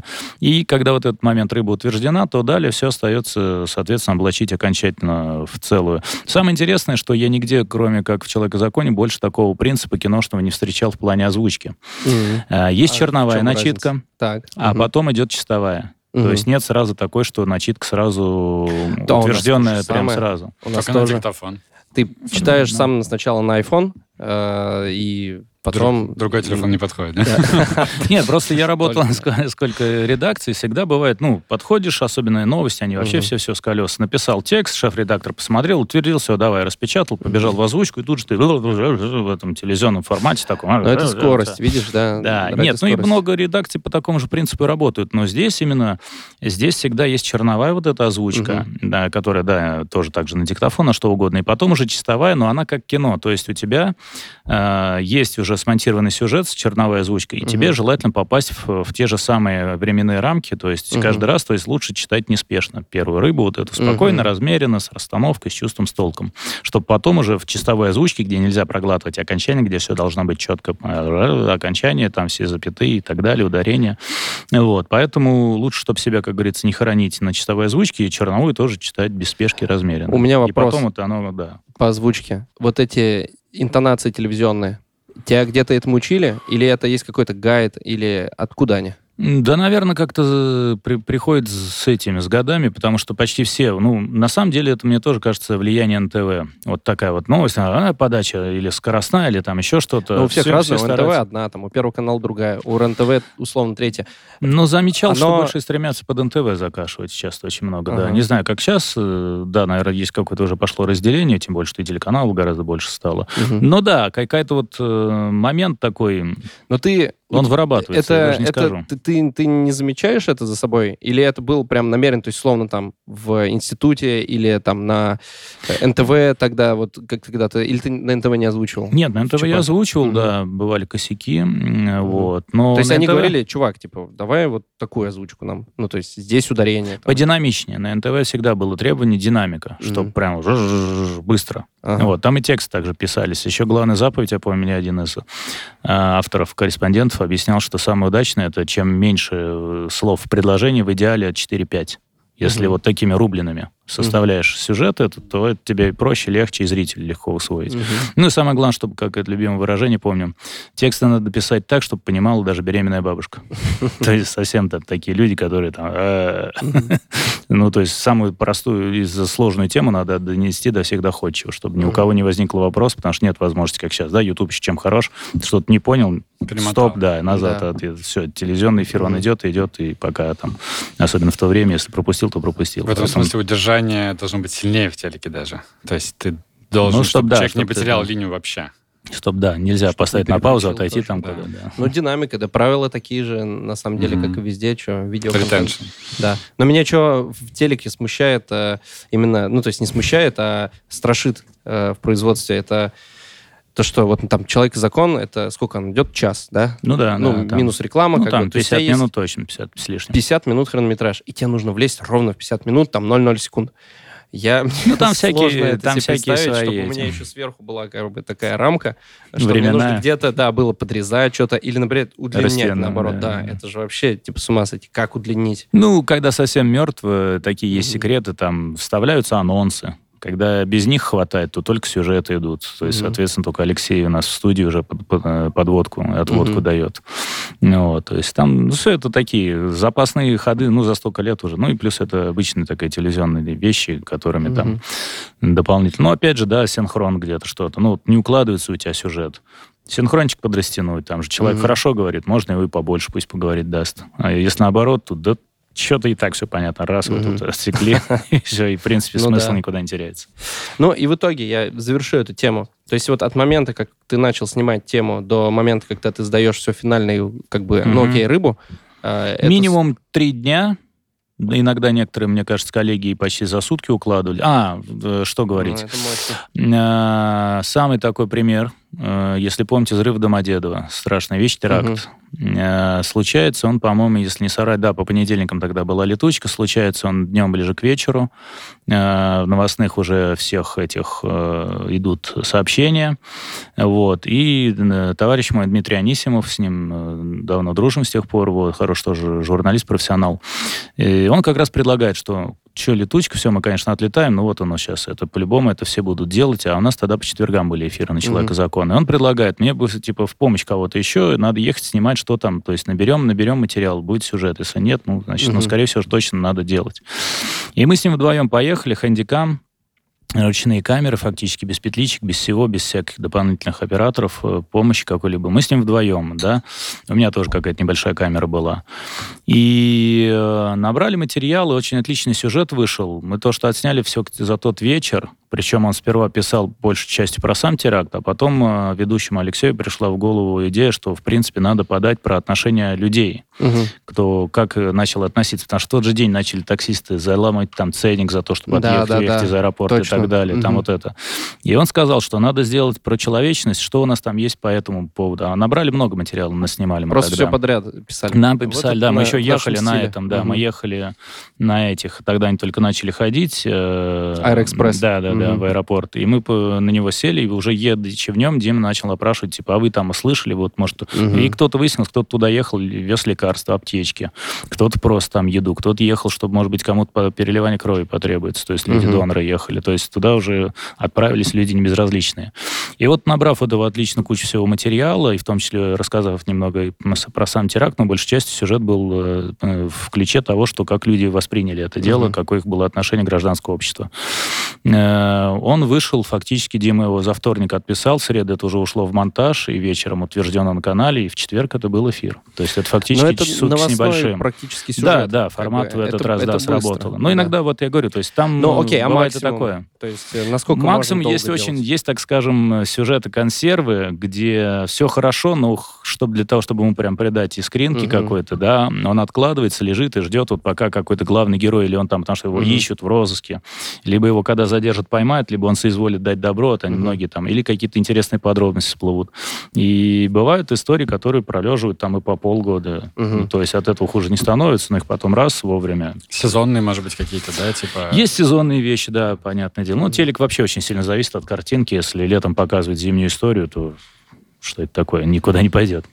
и когда вот этот момент рыба утверждена, то далее все остается, соответственно, облачить окончательно в целую. Самое интересное, что я нигде, кроме как в «Человеке и законе», больше такого принципа киношного не встречал в плане озвучки. Mm-hmm. Есть а черновая начитка, так. а mm-hmm. потом идет чистовая. Mm-hmm. То есть нет сразу такой, что начитка сразу да, утвержденная прям самое. Сразу. У нас Только тоже. На диктофон. Ты читаешь mm-hmm. сам сначала на iPhone, э, и потом... Друг, другой телефон не подходит, да? Нет, просто я работал сколько редакций, всегда бывает, ну, подходишь, особенно новости, они вообще все-все с колес. Написал текст, шеф-редактор посмотрел, утвердил, все, давай, распечатал, побежал в озвучку, и тут же ты в этом телевизионном формате таком. Но это скорость, видишь, да? Да, нет, ну и много редакций по такому же принципу работают, но здесь именно, здесь всегда есть черновая вот эта озвучка, да, которая, да, тоже также на диктофон, на что угодно, и потом уже чистовая, но она как кино, то есть у тебя есть уже смонтированный сюжет с черновой озвучкой, и uh-huh. тебе желательно попасть в, в те же самые временные рамки, то есть uh-huh. каждый раз, то есть лучше читать неспешно. Первую рыбу вот эту спокойно, uh-huh. размеренно, с расстановкой, с чувством, с толком. Чтобы потом уже в чистовой озвучке, где нельзя проглатывать окончание, где все должно быть четко, окончание, там все запятые и так далее, ударения. Вот. Поэтому лучше, чтобы себя, как говорится, не хоронить на чистовой озвучке, и черновую тоже читать без спешки, размеренно. У меня вопрос и потом это оно, да. по озвучке. Вот эти интонации телевизионные, тебя где-то этому учили? Или это есть какой-то гайд? Или откуда они? Да, наверное, как-то при, приходит с этими, с годами, потому что почти все, ну, на самом деле, это, мне тоже кажется, влияние эн тэ вэ. Вот такая вот новость, а, подача или скоростная, или там еще что-то. Ну, у всех разная, у эн тэ вэ одна, там, у Первого канала другая, у эр эн тэ вэ, условно, третья. Но замечал, Оно... что больше стремятся под эн тэ вэ закашивать сейчас очень много, ага. да. Не знаю, как сейчас, да, наверное, есть какое-то уже пошло разделение, тем более, что и телеканалов гораздо больше стало. Угу. Но да, какая-то вот э, момент такой... Но ты... Он вырабатывается, это, я даже не это, скажу. Ты, ты, ты не замечаешь это за собой? Или это был прям намерен, то есть, словно там в институте или там на эн тэ вэ тогда, вот как когда-то, или ты на эн тэ вэ не озвучивал? Нет, на эн тэ вэ я озвучивал, mm-hmm. да, бывали косяки, mm-hmm. вот. Но то есть они эн тэ вэ... говорили, чувак, типа, давай вот такую озвучку нам, ну, то есть здесь ударение. Там. Подинамичнее. На эн тэ вэ всегда было требование динамика, mm-hmm. чтобы прям быстро. Ага. Вот, там и тексты также писались. Еще главная заповедь, я помню, мне один из а, авторов, корреспондентов объяснял, что самое удачное, это чем меньше слов в предложении, в идеале четыре-пять. Если mm-hmm. вот такими рубленными составляешь mm-hmm. сюжет этот, то это тебе проще, легче, и зритель легко усвоить. Mm-hmm. Ну и самое главное, чтобы, как это любимое выражение, помню, тексты надо писать так, чтобы понимала даже беременная бабушка. То есть совсем такие люди, которые там... Ну, то есть самую простую и сложную тему надо донести до всех доходчиво, чтобы ни у кого не возникло вопрос, потому что нет возможности, как сейчас, да, YouTube еще чем хорош, что-то не понял, стоп, да, назад ответ. Все, телевизионный эфир, он идет, идет, и пока там, особенно в то время, если пропустил, то пропустил. В этом смысле удержание должно быть сильнее в телеке даже. То есть ты должен, ну, чтобы да, человек чтоб не потерял ты... линию вообще. Чтоб, да, нельзя Чтоб поставить не на паузу, отойти тоже, там. да. Когда, да. Ну, динамика, да, правила такие же, на самом деле, mm-hmm. как и везде, что видеоконтент. Да. Но меня что в телеке смущает э, именно, ну, то есть не смущает, а страшит э, в производстве, это то, что вот там «Человек и закон», это сколько он идет? Час, да? Ну да. Ну, да, минус реклама. Ну, как там бы. пятьдесят минут точно, пятьдесят с лишним. пятьдесят минут хронометраж, и тебе нужно влезть ровно в пятьдесят минут, там ноль ноль секунд. Я, ну, там всякие, там всякие свои. Чтобы эти. У меня еще сверху была как бы такая рамка, что Временная. мне нужно где-то, да, было подрезать что-то, или, например, удлинять, Растянуть, наоборот, да. да. Это же вообще, типа, с ума сойти. Как удлинить? Ну, когда совсем мертвы, такие есть секреты, там вставляются анонсы. Когда без них хватает, то только сюжеты идут. То есть, mm-hmm. соответственно, только Алексей у нас в студии уже под, под, подводку, отводку mm-hmm. дает. Вот, то есть там ну, все это такие запасные ходы, ну, за столько лет уже. Ну, и плюс это обычные такие телевизионные вещи, которыми mm-hmm. там дополнительно. Но, опять же, да, синхрон где-то что-то. Ну, вот не укладывается у тебя сюжет. Синхрончик подрастянуть. Там же человек mm-hmm. хорошо говорит, можно его и побольше пусть поговорить даст. А если наоборот, тут да, что-то и так все понятно. Раз mm-hmm. вы тут рассекли, и все, и, в принципе, ну, смысл да. никуда не теряется. Ну, и в итоге я завершу эту тему. То есть вот от момента, как ты начал снимать тему, до момента, когда ты сдаешь все финальную, как бы, mm-hmm. ну, окей, рыбу... Э, Минимум это... три дня. Иногда некоторые, мне кажется, коллеги почти за сутки укладывали. А, что говорить. Ну, это самый такой пример. Если помните, взрыв Домодедово. Страшная вещь, теракт. Угу. Случается он, по-моему, если не соврать, да, по понедельникам тогда была летучка, случается он днем ближе к вечеру. В новостных уже всех этих идут сообщения. Вот. И товарищ мой Дмитрий Анисимов, с ним давно дружим с тех пор, вот, хороший тоже журналист, профессионал. И он как раз предлагает, что что, летучка, все, мы, конечно, отлетаем, но вот оно сейчас, это по-любому, это все будут делать, а у нас тогда по четвергам были эфиры на «Человека и закон». И он предлагает, мне бы, типа, в помощь кого-то еще, надо ехать снимать, что там, то есть наберем, наберем материал, будет сюжет, если нет, ну, значит, mm-hmm. ну, скорее всего, точно надо делать. И мы с ним вдвоем поехали, хэндикам, ручные камеры, фактически без петличек, без всего, без всяких дополнительных операторов, помощи какой-либо. Мы с ним вдвоем, да. У меня тоже какая-то небольшая камера была. И э, набрали материалы, очень отличный сюжет вышел. Мы то, что отсняли все за тот вечер, причем он сперва писал большей частью про сам теракт, а потом э, ведущему Алексею пришла в голову идея, что, в принципе, надо подать про отношения людей, угу. кто как начал относиться. Потому что в тот же день начали таксисты заламывать там ценник за то, чтобы да, отъехать да, да. из аэропорта Точно. и так далее. Угу. Там вот это. И он сказал, что надо сделать про человечность, что у нас там есть по этому поводу. А набрали много материала, наснимали мы Просто тогда. все подряд писали. Нам пописали, вот да, мы еще ехали на стиле. этом, да, угу. мы ехали на этих, тогда они только начали ходить. Э, Аэроэкспресс. Да, да, угу. да, в аэропорт. И мы по, на него сели, и уже едучи в нем, Дима начал опрашивать, типа, а вы там услышали, вот, может... Угу. И кто-то выяснил, кто-то туда ехал, вез лекарства, аптечки, кто-то просто там еду, кто-то ехал, чтобы, может быть, кому-то переливание крови потребуется, то есть люди-доноры угу. ехали, то есть туда уже отправились люди небезразличные. И вот, набрав этого отлично кучу всего материала, и в том числе рассказав немного про сам теракт, но большей частью сюжет был э, в ключе того, что как люди восприняли это дело, угу. какое их было отношение гражданского общества. Э, он вышел, фактически, Дима его за вторник отписал, в среду это уже ушло в монтаж, и вечером утверждено на канале, и в четверг это был эфир. То есть это фактически это сутки с небольшим. Практически сюжет. Да, да, формат в этот это, раз, это да, быстро. сработало. Но да. иногда, вот я говорю, то есть там ну, окей, бывает а и такое. То есть насколько максимум есть очень, есть, так скажем, сюжеты консервы, где все хорошо, но чтобы для того, чтобы ему прям придать искринки угу. какой-то, да, он откладывается, лежит и ждет, вот пока какой-то главный герой, или он там, потому что его угу. ищут в розыске, либо его когда задержат, поймают, либо он соизволит дать добро, это угу. многие там, или какие-то интересные подробности всплывут. И бывают истории, которые пролеживают там и по полгода. Угу. Ну, то есть от этого хуже не становится, но их потом раз вовремя. Сезонные, может быть, какие-то, да, типа... Есть сезонные вещи, да, понятное дело. Ну, телек вообще очень сильно зависит от картинки. Если летом показывать зимнюю историю, то что это такое? Никуда не пойдет.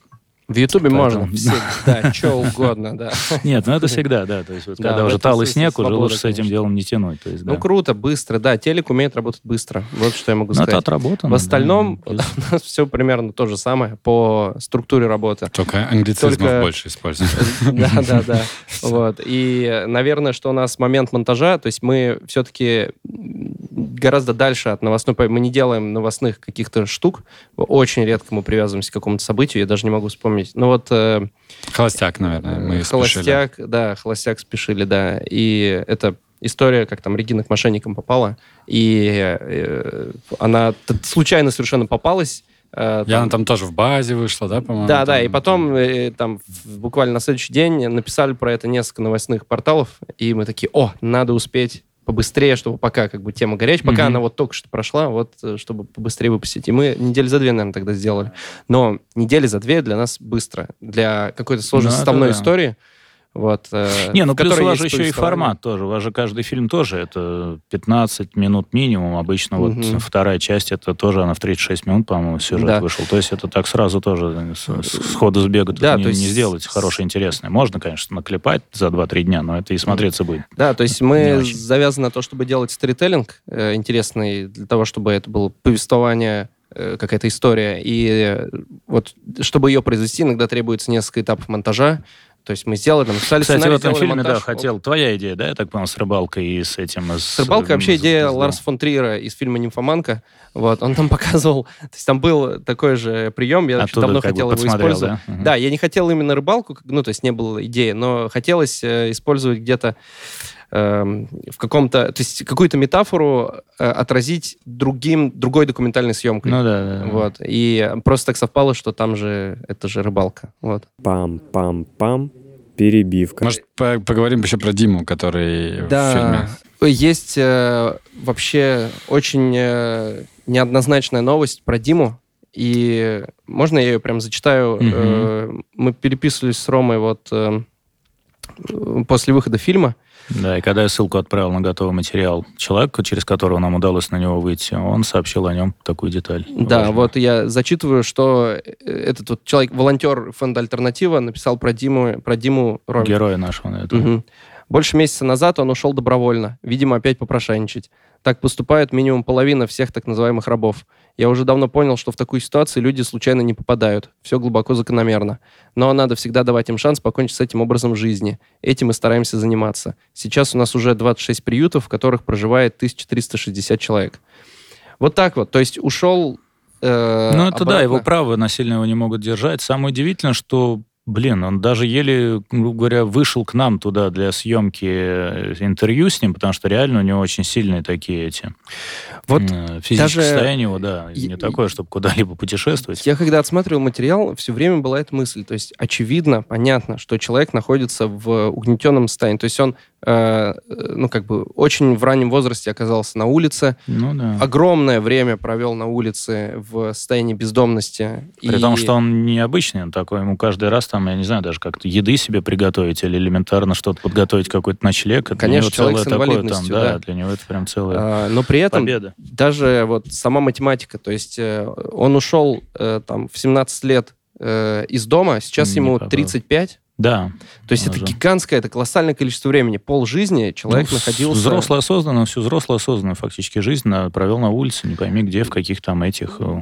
В Ютубе можно Поэтому- всегда, что угодно, да. Нет, ну это всегда, да. То есть вот Да, когда в уже этом талый смысле снег, уже свобода, лучше с этим конечно. делом не тянуть. То есть, да. Ну, круто, быстро, да, телек умеет работать быстро. Вот что я могу Ну, это сказать. отработано. В остальном да, у плюс. нас все примерно то же самое по структуре работы. Только англицизмов Только- больше используем. Да, да, да. Вот. И, наверное, что у нас момент монтажа, то есть мы все-таки гораздо дальше от новостной... по- Мы не делаем новостных каких-то штук. Очень редко мы привязываемся к какому-то событию, я даже не могу вспомнить. Ну вот... э, Холостяк, наверное, мы спешили. Холостяк, да, холостяк спешили, да. И это история, как там Регина к мошенникам попала, и э, она т- случайно совершенно попалась. э, И она там тоже в базе вышла, да, по-моему? Да, да, там? и потом э, там в- буквально на следующий день написали про это несколько новостных порталов, и мы такие, о, надо успеть побыстрее, чтобы пока как бы тема горячая, пока Мгм. она вот только что прошла, вот э, чтобы побыстрее выпустить. И мы недели за две, наверное, тогда сделали. Но недели за две для нас быстро. Для какой-то сложной Ну, это составной да. истории. Вот, э, Не, ну в плюс у которой вас есть же еще и повествование. формат тоже. У вас же каждый фильм тоже это пятнадцать минут минимум. Обычно Мгм. вот вторая часть, это тоже она в тридцать шесть минут, по-моему, сюжет Да. вышел. То есть это так сразу тоже с, с ходу с бега тут Да, не, то есть не сделать хорошее, интересное. Можно, конечно, наклепать за два-три дня, но это и смотреться будет. Да, то есть Не мы очень. завязаны на то, чтобы делать сторителлинг э, интересный, для того, чтобы это было повествование, э, какая-то история. И э, вот, чтобы ее произвести, иногда требуется несколько этапов монтажа. То есть мы сделали, написали Кстати, в сценарий, этом сделали фильме, да, монтаж. хотел... Твоя идея, да, я так понял, с рыбалкой и с этим... С, С рыбалкой вообще с- идея с- да. Ларса фон Триера из фильма «Нимфоманка». Вот, он там показывал... То есть там был такой же прием, я очень Оттуда давно как бы хотел его подсмотрел, использовать. да? Мгм. Да, я не хотел именно рыбалку, как- ну, то есть не было идеи, но хотелось э, использовать где-то эм, в каком-то... То есть какую-то метафору э, отразить другим, другой документальной съемкой. Ну да, да. Вот. И просто так совпало, что там же... Это же рыбалка. Вот. Пам-пам-пам. Перебивка. Может, по- поговорим еще про Диму, который в фильме. Есть э, вообще очень э, неоднозначная новость про Диму. И можно я ее прям зачитаю? Мгм. Э, мы переписывались с Ромой вот э, после выхода фильма. Да, и когда я ссылку отправил на готовый материал человеку, через которого нам удалось на него выйти, он сообщил о нем такую деталь. Да, важную. вот я зачитываю, что этот вот человек, волонтер фонда «Альтернатива», написал про Диму, про Диму Роме. Героя нашего, наверное. Мгм. Больше месяца назад он ушел добровольно, видимо, опять попрошайничать. Так поступает минимум половина всех так называемых рабов. Я уже давно понял, что в такую ситуацию люди случайно не попадают. Все глубоко закономерно. Но надо всегда давать им шанс покончить с этим образом жизни. Этим мы стараемся заниматься. Сейчас у нас уже двадцать шесть приютов, в которых проживает тысяча триста шестьдесят человек. Вот так вот. То есть ушел э, Ну, это да, обратно. его право, насильно его не могут держать. Самое удивительное, что, блин, он даже еле, грубо говоря, вышел к нам туда для съемки э, интервью с ним, потому что реально у него очень сильные такие эти... Вот э, физическое даже- состояние его, да, И- не такое, чтобы куда-либо путешествовать. Я когда отсматривал материал, все время была эта мысль. То есть очевидно, понятно, что человек находится в угнетенном состоянии. То есть он, э, ну, как бы, очень в раннем возрасте оказался на улице, Ну да. огромное время провел на улице в состоянии бездомности. При И- том, что он необычный, он такой, ему каждый раз там, я не знаю, даже как-то еды себе приготовить или элементарно что-то подготовить, какой-то ночлег. Это для Конечно, него человек целое с такое там, инвалидностью, да, да. для него это прям целая А, но при этом победа. даже вот сама математика, то есть э, он ушел э, там в семнадцать лет э, из дома, сейчас Не ему попал. тридцать пять. Да. То есть Тоже. это гигантское, это колоссальное количество времени. Пол жизни человек Ну, находился... Взрослый осознанно, всю взрослую осознанную фактически жизнь на- провел на улице, не пойми где, в каких там этих... э,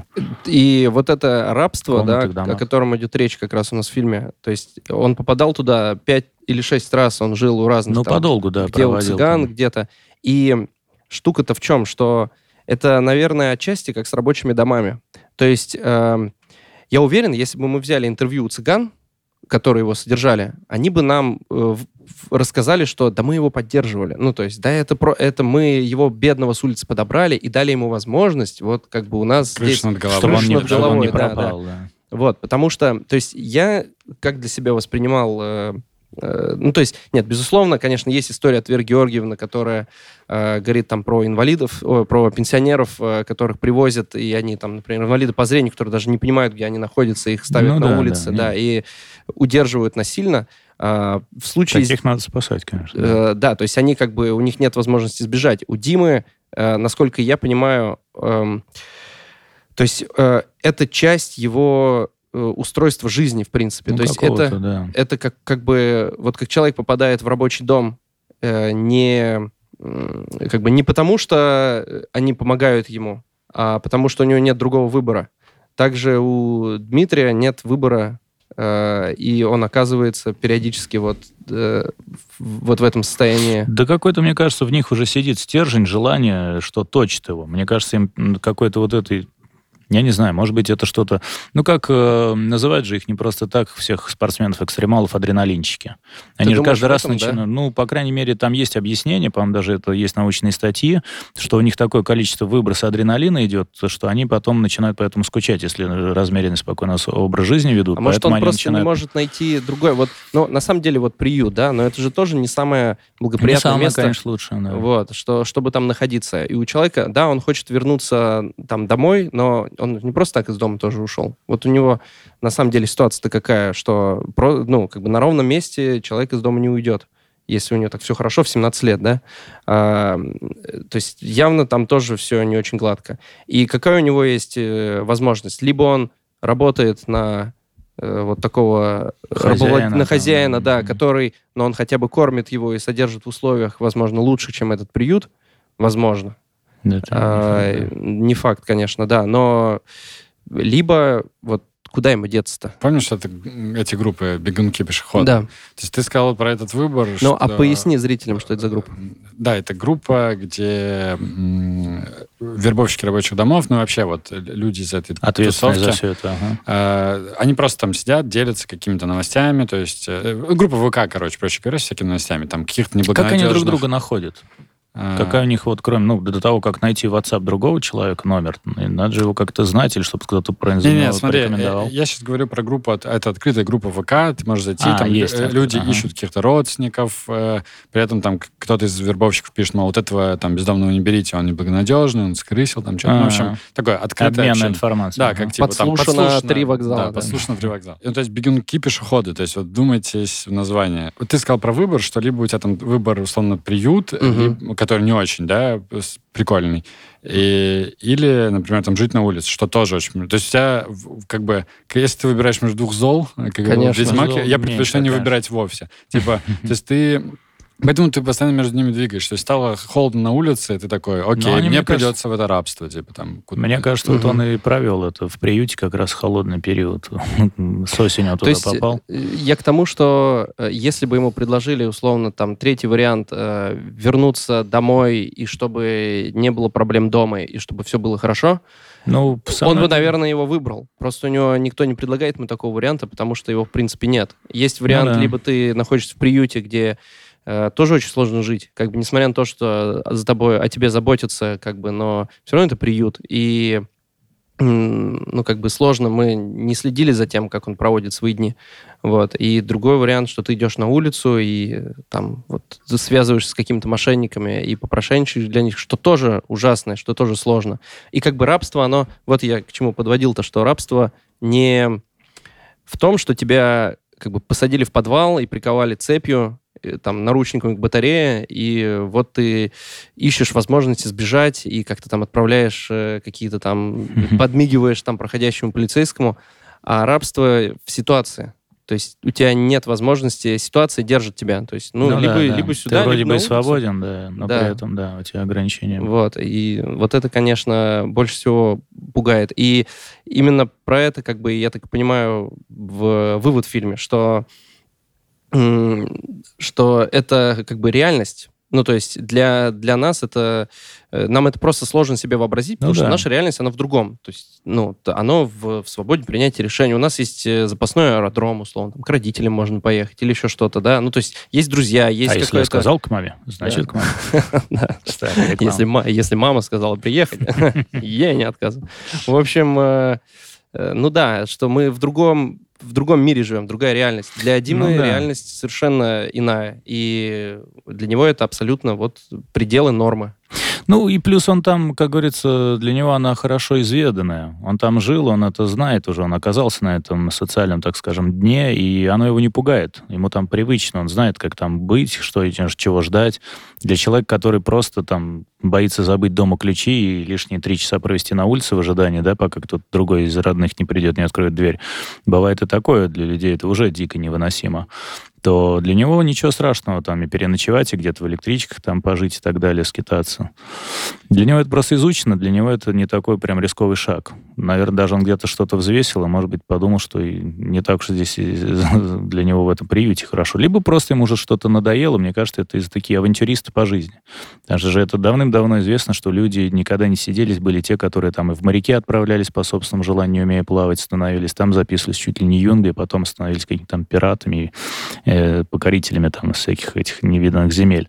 И вот это рабство, да, Комнатах, домах. о котором идет речь как раз у нас в фильме, то есть он попадал туда пять или шесть раз, он жил у разных Ну, там, подолгу, да, где у проводил. цыган, там. где-то. И штука-то в чем, что это, наверное, отчасти как с рабочими домами. То есть эм, я уверен, если бы мы взяли интервью у цыган, которые его содержали, они бы нам э, в- в- рассказали, что да мы его поддерживали. Ну, то есть, да, это, про, это мы его бедного с улицы подобрали и дали ему возможность, вот как бы у нас Крыша здесь... над головой. Чтобы он, крыша не, над чтобы он не головой, да, пропал, да. Вот, потому что, то есть я как для себя воспринимал... э, э, ну, то есть, нет, безусловно, конечно, есть история от Веры Георгиевны, которая э, говорит там про инвалидов, о, про пенсионеров, э, которых привозят, и они там, например, инвалиды по зрению, которые даже не понимают, где они находятся, их ставят Ну на да, улице, да, да, и удерживают насильно. А, в случае... Таких надо спасать, конечно. Э, да, то есть они как бы, у них нет возможности сбежать. У Димы, э, насколько я понимаю, эм, то есть э, это часть его устройства жизни, в принципе. Ну, То есть это, да. это как, как бы... Вот как человек попадает в рабочий дом э, не, э, как бы не потому, что они помогают ему, а потому что у него нет другого выбора. Также у Дмитрия нет выбора, э, и он оказывается периодически вот, э, вот в этом состоянии. Да какой-то, мне кажется, в них уже сидит стержень, желание, что точит его. Мне кажется, им какой-то вот этой... Я не знаю, может быть, это что-то... Ну, как э, называют же их не просто так, всех спортсменов-экстремалов, адреналинчики. Они Ты же думаешь, каждый раз этом, начинают... да? Ну, по крайней мере, там есть объяснение, по-моему, даже это есть научные статьи, что у них такое количество выброса адреналина идет, что они потом начинают поэтому скучать, если размеренный, спокойный образ жизни ведут. А может, он они просто начинают... не может найти другой... Вот, ну, на самом деле, вот приют, да, но это же тоже не самое благоприятное не самое, место. конечно, лучше, да. Вот, что, чтобы там находиться. И у человека, да, он хочет вернуться там домой, но он не просто так из дома тоже ушел. Вот у него, на самом деле, ситуация-то какая, что, ну, как бы на ровном месте человек из дома не уйдет, если у него так все хорошо в семнадцать лет, да. А, то есть явно там тоже все не очень гладко. И какая у него есть возможность? Либо он работает на вот такого хозяина, рабовлад... на хозяина, там, да, который, но он хотя бы кормит его и содержит в условиях, возможно, лучше, чем этот приют, возможно. Да, а, не, факт, да. не факт, конечно, да, но либо вот куда ему деться-то? Помнишь, это, эти группы «Бегунки-пешеходы»? Да. То есть ты сказал про этот выбор. Ну, что... а поясни зрителям, что это за группа. Да, это группа, где м- вербовщики рабочих домов, ну, вообще вот люди из этой ответственные тусовки, за все это. Ага. Э, они просто там сидят, делятся какими-то новостями, то есть э, группа ВК, короче, проще говоря, с всякими новостями, там каких-то неблагонадежных... Как они друг друга находят? Какая у них вот, кроме, ну, до того, как найти в WhatsApp другого человека номер, надо же его как-то знать, или чтобы кто-то про него не, не, смотри, порекомендовал. Я, я сейчас говорю про группу, это открытая группа ВК, ты можешь зайти, а, там есть, люди ага. ищут каких-то родственников, э, при этом там кто-то из вербовщиков пишет, мол, вот этого там бездомного не берите, он неблагонадежный, он скрысил, там что-то. Ну, в общем, такое открытое обмен общение. информацией. Да, как типа подслушано там подслушано три вокзала. Да, да. подслушано три вокзала. Ну, то есть бегунки-пешеходы, то есть вот думайтесь в названии. Вот ты сказал про выбор, что либо у тебя там выбор, условно, приют, Угу. либо, который не очень, да, прикольный. И, или, например, там жить на улице, что тоже очень... То есть у тебя, как бы, если ты выбираешь между двух зол, как Конечно. в Ведьмаке, Зол я предпочитаю не меньше, выбирать вовсе. Типа, то есть ты... Поэтому ты постоянно между ними двигаешься. То есть стало холодно на улице, и ты такой, окей, они, мне мне придется кажется, в это рабство. Типа, там, куда мне кажется, Угу. вот он и провел это в приюте как раз холодный период. С осенью туда То есть попал. я к тому, что если бы ему предложили, условно, там, третий вариант, э, вернуться домой, и чтобы не было проблем дома, и чтобы все было хорошо, Ну, он бы, наверное, его выбрал. Просто у него никто не предлагает ему такого варианта, потому что его, в принципе, нет. Есть вариант, Ну, да. либо ты находишься в приюте, где э, тоже очень сложно жить, как бы, несмотря на то, что за тобой, о тебе заботятся, как бы, но все равно это приют. И, м, ну, как бы, сложно. Мы не следили за тем, как он проводит свои дни. Вот. И другой вариант, что ты идешь на улицу и там вот связываешься с какими-то мошенниками и попрошайничаешь для них, что тоже ужасно, что тоже сложно. И как бы рабство, оно... Вот я к чему подводил-то, что рабство не в том, что тебя как бы посадили в подвал и приковали цепью, там, наручниками к батарее, и вот ты ищешь возможности сбежать и как-то там отправляешь э, какие-то там... Mm-hmm. подмигиваешь там проходящему полицейскому. А рабство в ситуации. То есть у тебя нет возможности, ситуация держит тебя. То есть, ну, ну либо, да, либо да. сюда, ты вроде либо бы на и улицу. свободен, да, но да. при этом, да, у тебя ограничения. Вот, и вот это, конечно, больше всего пугает. И именно про это, как бы, я так понимаю, в вывод в фильме, что, что это как бы реальность. Ну, то есть для, для нас это... Нам это просто сложно себе вообразить, потому ну, что да. наша реальность, она в другом. То есть, ну, оно в, в свободе принятия решений. У нас есть запасной аэродром, условно, там, к родителям можно поехать или еще что-то, да. Ну, то есть есть друзья, есть а если я сказал к маме, значит, к маме. Если мама сказала приехать, я не отказываю. В общем, ну да, что мы в другом... в другом мире живем, другая реальность. Для Димы ну, да. реальность совершенно иная. И для него это абсолютно вот пределы нормы. Ну, и плюс он там, как говорится, для него она хорошо изведанная. Он там жил, он это знает уже, он оказался на этом социальном, так скажем, дне, и оно его не пугает. Ему там привычно, он знает, как там быть, что, чего ждать. Для человека, который просто там боится забыть дома ключи и лишние три часа провести на улице в ожидании, да, пока кто-то другой из родных не придет, не откроет дверь. Бывает и такое, для людей это уже дико невыносимо. То для него ничего страшного там и переночевать, и где-то в электричках там пожить и так далее, скитаться. Для него это просто изучено, для него это не такой прям рисковый шаг. Наверное, даже он где-то что-то взвесил, и, может быть, подумал, что и не так уж здесь для него в этом приюте хорошо. Либо просто ему уже что-то надоело. Мне кажется, это из такие авантюристы по жизни. Даже же это давным-давно известно, что люди никогда не сиделись, были те, которые там и в моряки отправлялись по собственному желанию, не умея плавать, становились там, записывались чуть ли не юнгой, потом становились какими-то там пиратами, покорителями там всяких этих невиданных земель.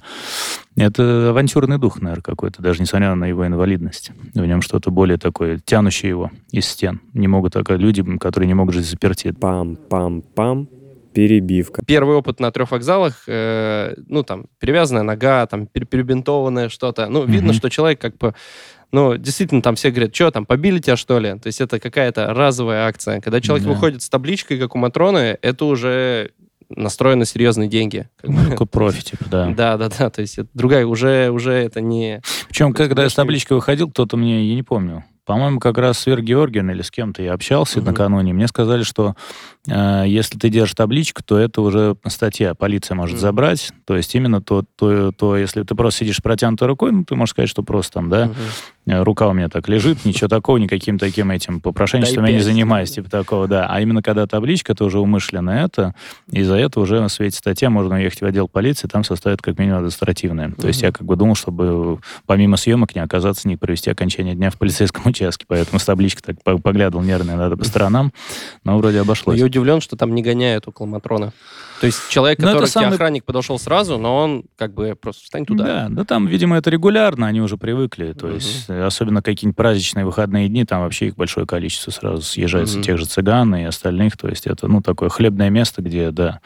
Это авантюрный дух, наверное, какой-то, даже несмотря на его инвалидность. В нем что-то более такое, тянущее его из стен. Не могут так, люди, которые не могут жить заперти. Пам-пам-пам. Перебивка. Первый опыт на трех вокзалах, э, ну, там, перевязанная нога, там, перебинтованное что-то. Ну, видно, mm-hmm. что человек как бы, ну, действительно, там все говорят, что, там, побили тебя, что ли? То есть это какая-то разовая акция. Когда человек yeah. выходит с табличкой, как у Матроны, это уже настроено на серьезные деньги. Ну, профи, типа, да. Да, да, да. То есть это другая, уже, уже это не... Причем, когда я с табличкой выходил, кто-то мне, я не помню, по-моему, как раз с Вер Георгиевной или с кем-то я общался uh-huh. накануне. Мне сказали, что э, если ты держишь табличку, то это уже статья, полиция может uh-huh. забрать. То есть именно то, то, то, если ты просто сидишь с протянутой рукой, ну, ты можешь сказать, что просто там, да, uh-huh. рука у меня так лежит, ничего такого, никаким таким этим попрошенчеством я не занимаюсь, типа такого, да. А именно когда табличка, это уже умышленно это, и за это уже на свете статья, можно уехать в отдел полиции, там составят как минимум административное. Uh-huh. То есть я как бы думал, чтобы помимо съемок не оказаться, не провести окончание дня в полицейском участке, поэтому с табличкой так поглядывал нервно надо по сторонам, но вроде обошлось. Я удивлен, что там не гоняют около Матрона. То есть человек, но который самый... охранник подошел сразу, но он как бы просто встань туда. Да, да там, видимо, это регулярно, они уже привыкли. То uh-huh. есть особенно какие-нибудь праздничные выходные дни, там вообще их большое количество сразу съезжается, uh-huh. тех же цыган и остальных. То есть это, ну, такое хлебное место, где, да,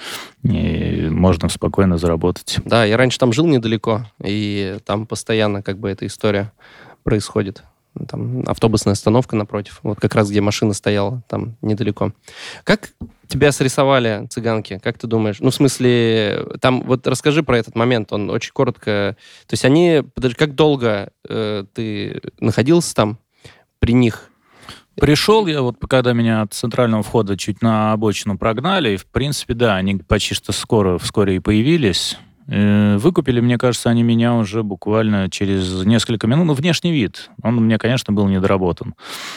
можно спокойно заработать. Да, я раньше там жил недалеко, и там постоянно как бы эта история происходит. Там автобусная остановка напротив, вот как раз где машина стояла, там недалеко. Как тебя срисовали цыганки, как ты думаешь? Ну, в смысле, там, вот расскажи про этот момент, он очень коротко... То есть они... Подожди, как долго э, ты находился там при них? Пришел я, вот когда меня от центрального входа чуть на обочину прогнали, и, в принципе, да, они почти что скоро, вскоре и появились. Выкупили, мне кажется, они меня уже буквально через несколько минут. Ну, внешний вид, он у меня, конечно, был недоработан.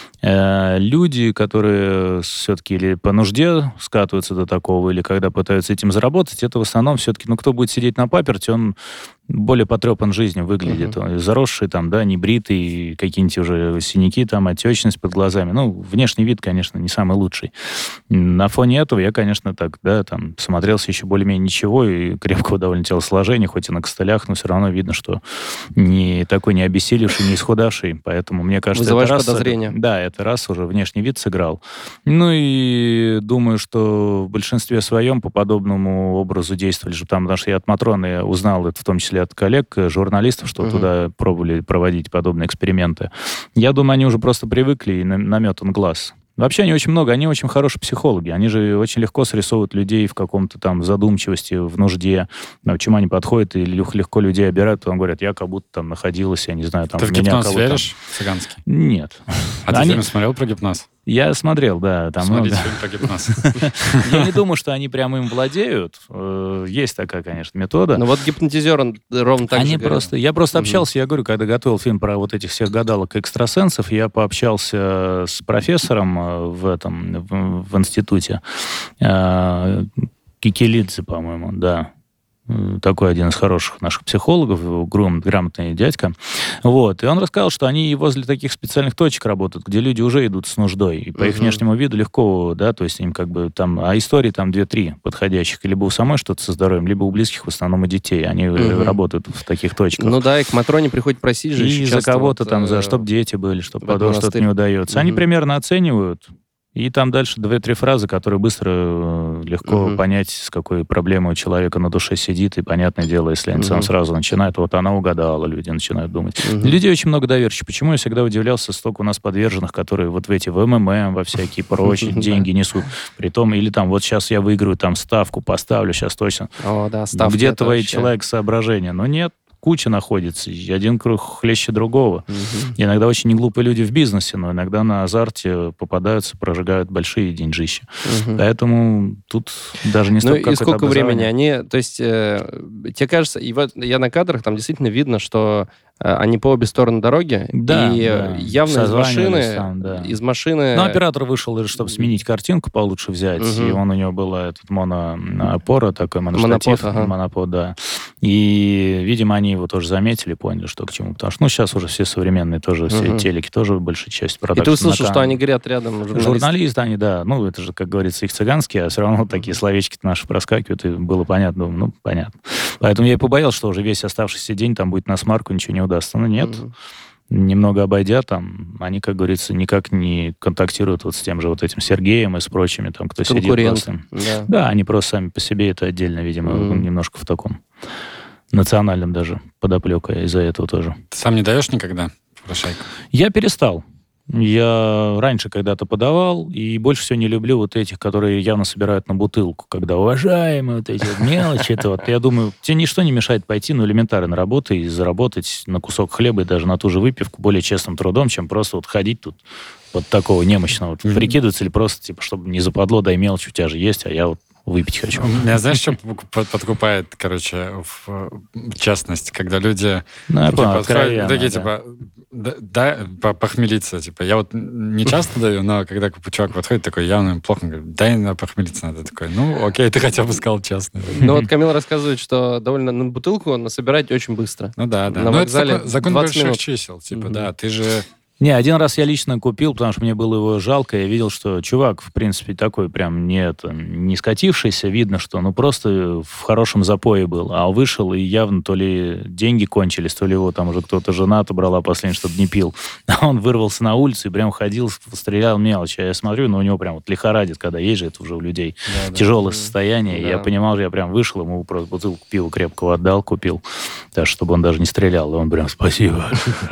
Люди, которые все-таки или по нужде скатываются до такого, или когда пытаются этим заработать, это в основном все-таки, ну, кто будет сидеть на паперти, он более потрепан жизнью выглядит. Uh-huh. Заросший там, да, небритый, какие-нибудь уже синяки там, отечность под глазами. Ну, внешний вид, конечно, не самый лучший. На фоне этого я, конечно, так, да, там, смотрелся еще более-менее ничего и крепкого довольно телосложения, хоть и на костылях, но все равно видно, что не такой не обессилевший, не исхудавший. Поэтому, мне кажется, вызываешь это раз... подозрения. Да, это раз уже внешний вид сыграл. Ну и думаю, что в большинстве своем по подобному образу действовали же там, потому что я от Матроны узнал это в том числе от коллег, журналистов, что uh-huh. туда пробовали проводить подобные эксперименты. Я думаю, они уже просто привыкли и наметан глаз. Вообще они очень много, они очень хорошие психологи. Они же очень легко срисовывают людей в каком-то там задумчивости, в нужде. К чему они подходят и легко людей обирают, потом говорят, я как будто там находилась, я не знаю, там... Ты в гипноз веришь цыганский? Нет. А ты фильм смотрел про гипноз? Я смотрел, да. Там Смотрите много... фильм про гипноз. Я не думаю, что они прямо им владеют. Есть такая, конечно, метода. Ну вот гипнотизер, он ровно так они же просто... Я просто общался, я говорю, когда готовил фильм про вот этих всех гадалок и экстрасенсов, я пообщался с профессором в этом, в, в институте. Кикелидзе, по-моему, да. Такой один из хороших наших психологов, грамотный дядька. Вот. И он рассказал, что они возле таких специальных точек работают, где люди уже идут с нуждой. И по uh-huh. их внешнему виду легко, да, то есть им как бы там... А истории там две-три подходящих. Либо у самой что-то со здоровьем, либо у близких, в основном у детей. Они uh-huh. работают в таких точках. Ну да, и к Матроне приходит просить же. И за кого-то вот, там, за чтоб дети были, чтобы потом что-то не удается. Uh-huh. Они примерно оценивают, И там дальше две-три фразы, которые быстро, легко uh-huh. понять, с какой проблемой у человека на душе сидит. И, понятное дело, если они uh-huh. сразу начинают, вот она угадала, люди начинают думать. Uh-huh. Людей очень много доверчивых. Почему я всегда удивлялся, столько у нас подверженных, которые вот в эти в эм эм эм, во всякие прочие деньги несут. Притом, или там, вот сейчас я выиграю, там ставку поставлю, сейчас точно. О, да, ставки. Где твои человек соображения? Но нет. Куча находится, и один круг хлеще другого. Uh-huh. Иногда очень неглупые люди в бизнесе, но иногда на азарте попадаются, прожигают большие деньжища. Uh-huh. Поэтому тут даже не столько ну, и сколько времени они... То есть, э, тебе кажется, и вот я на кадрах, там действительно видно, что э, они по обе стороны дороги, да, и да. явно из машины... Там, да. из машины... Но оператор вышел, чтобы сменить картинку получше взять, uh-huh. и он у него была этот моноопора, такой моноштатив, монопод, ага. монопод, да. И, видимо, они его тоже заметили, поняли, что к чему. Потому что, ну, сейчас уже все современные тоже, все uh-huh. телеки тоже большая часть продаж. И ты услышал, что они говорят рядом журналисты? Журналисты, они, да. Ну, это же, как говорится, их цыганские, а все равно такие словечки-то наши проскакивают, и было понятно. Ну, понятно. Поэтому я и побоялся, что уже весь оставшийся день там будет на смарку, ничего не удастся. Но нет. Uh-huh. Немного обойдя, там, они, как говорится, никак не контактируют вот с тем же вот этим Сергеем и с прочими, там, кто сидит просто. Да. да, они просто сами по себе, это отдельно, видимо, mm-hmm. немножко в таком национальном даже подоплека из-за этого тоже. Ты сам не даешь никогда попрошайку? Я перестал. Я раньше когда-то подавал, и больше всего не люблю вот этих, которые явно собирают на бутылку, когда уважаемые вот эти вот мелочи. Это вот, я думаю, тебе ничто не мешает пойти, ну, элементарно на работу и заработать на кусок хлеба и даже на ту же выпивку более честным трудом, чем просто вот ходить тут вот такого немощного, вот, mm-hmm. прикидываться или просто, типа, чтобы не западло, дай мелочь у тебя же есть, а я вот выпить хочу. Меня знаешь, что подкупает, короче, в частность, когда люди ну, такие, понял, подходят, такие да. типа, да, да, похмелиться, типа, я вот не часто даю, но когда чувак подходит такой, явно им плохо, говорит, дай на похмелиться надо, такой, ну, окей, ты хотя бы сказал честно. Ну, вот Камил рассказывает, что довольно на бутылку насобирать очень быстро. Ну, да, да. На но вокзале это закон больших чисел, типа, да, ты же... Не, один раз я лично купил, потому что мне было его жалко. Я видел, что чувак, в принципе, такой прям не, это, не скатившийся. Видно, что ну просто в хорошем запое был. А вышел, и явно то ли деньги кончились, то ли его там уже кто-то жена отобрала последний, чтобы не пил. А он вырвался на улицу и прям ходил, стрелял мелочь. А я смотрю, ну у него прям вот лихорадит, когда ездит уже у людей. Да, тяжелое да. состояние. Да. И я понимал, я прям вышел, ему просто бутылку пива крепкого отдал, купил. Так, чтобы он даже не стрелял. И он прям спасибо.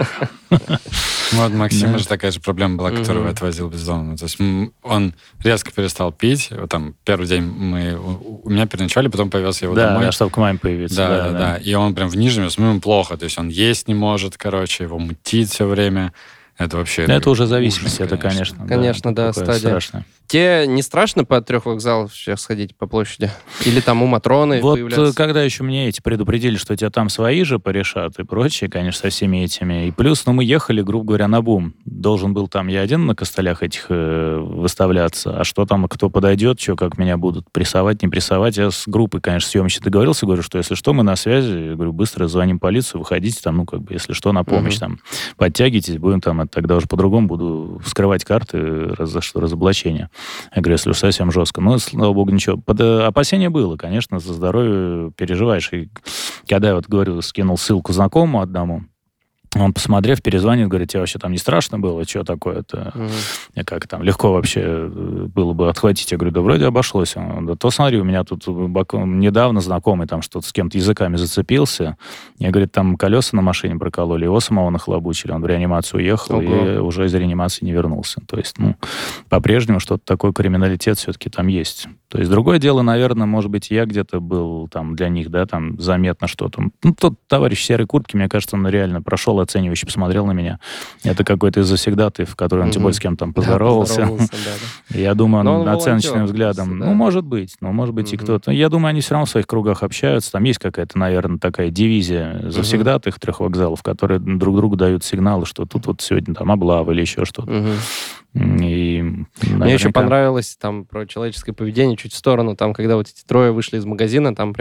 Вот Максима да. же такая же проблема была, которую uh-huh. отвозил бездомного. То есть он резко перестал пить. Вот там первый день мы у меня переночевали, потом повез его да, домой. Да, чтобы к маме появиться. Да, да, да, да. да. И он прям в Нижнем, ему плохо. То есть он есть не может, короче, его мутит все время. Это вообще... Это, это уже зависимость, ужас, это, конечно. Конечно, да, да стадия. Страшно. Тебе не страшно по трех вокзалов сейчас ходить по площади? Или там у Матроны вот появляться? Когда еще мне эти предупредили, что тебя там свои же порешат и прочее, конечно, со всеми этими. И плюс, ну, мы ехали, грубо говоря, на бум. Должен был там я один на костылях этих э, выставляться. А что там, кто подойдет, что, как меня будут прессовать, не прессовать. Я с группой, конечно, съемочной договорился, говорю, что если что, мы на связи. Я говорю, быстро звоним полицию, выходите там, ну, как бы, если что, на помощь uh-huh. там. Подтягивайтесь, будем там, тогда уже по-другому буду вскрывать карты раз, за что разоблачение. Я говорю, если уж совсем жестко. Ну, слава богу, ничего. Под, опасение было, конечно, за здоровье переживаешь. И когда я вот, говорю, скинул ссылку знакомому одному, он, посмотрев, перезвонит, говорит, тебе вообще там не страшно было? Что такое-то? Mm-hmm. Как там, легко вообще было бы отхватить? Я говорю, да вроде обошлось. Он, да то смотри, у меня тут недавно знакомый там что-то с кем-то языками зацепился. Я, говорит, там колеса на машине прокололи, его самого нахлобучили. Он в реанимацию уехал Ого. и уже из реанимации не вернулся. То есть, ну, по-прежнему что-то такой криминалитет все-таки там есть. То есть, другое дело, наверное, может быть, я где-то был там для них, да, там заметно что-то. Ну, тот товарищ в серой куртке, мне кажется, он реально прошел оценивающе посмотрел на меня. Это какой-то из завсегдатаев, в который он угу. тем более с кем-то там поздоровался. Да, поздоровался да, да. Я думаю, он, он оценочным взглядом. Да. Ну, может быть. Ну, может быть, угу. и кто-то. Я думаю, они все равно в своих кругах общаются. Там есть какая-то, наверное, такая дивизия завсегдатаых трех вокзалов, которые друг другу дают сигналы, что тут вот сегодня там облава или еще что-то. Угу. И, наверняка... Мне еще понравилось там про человеческое поведение чуть в сторону, там, когда вот эти трое вышли из магазина, там прям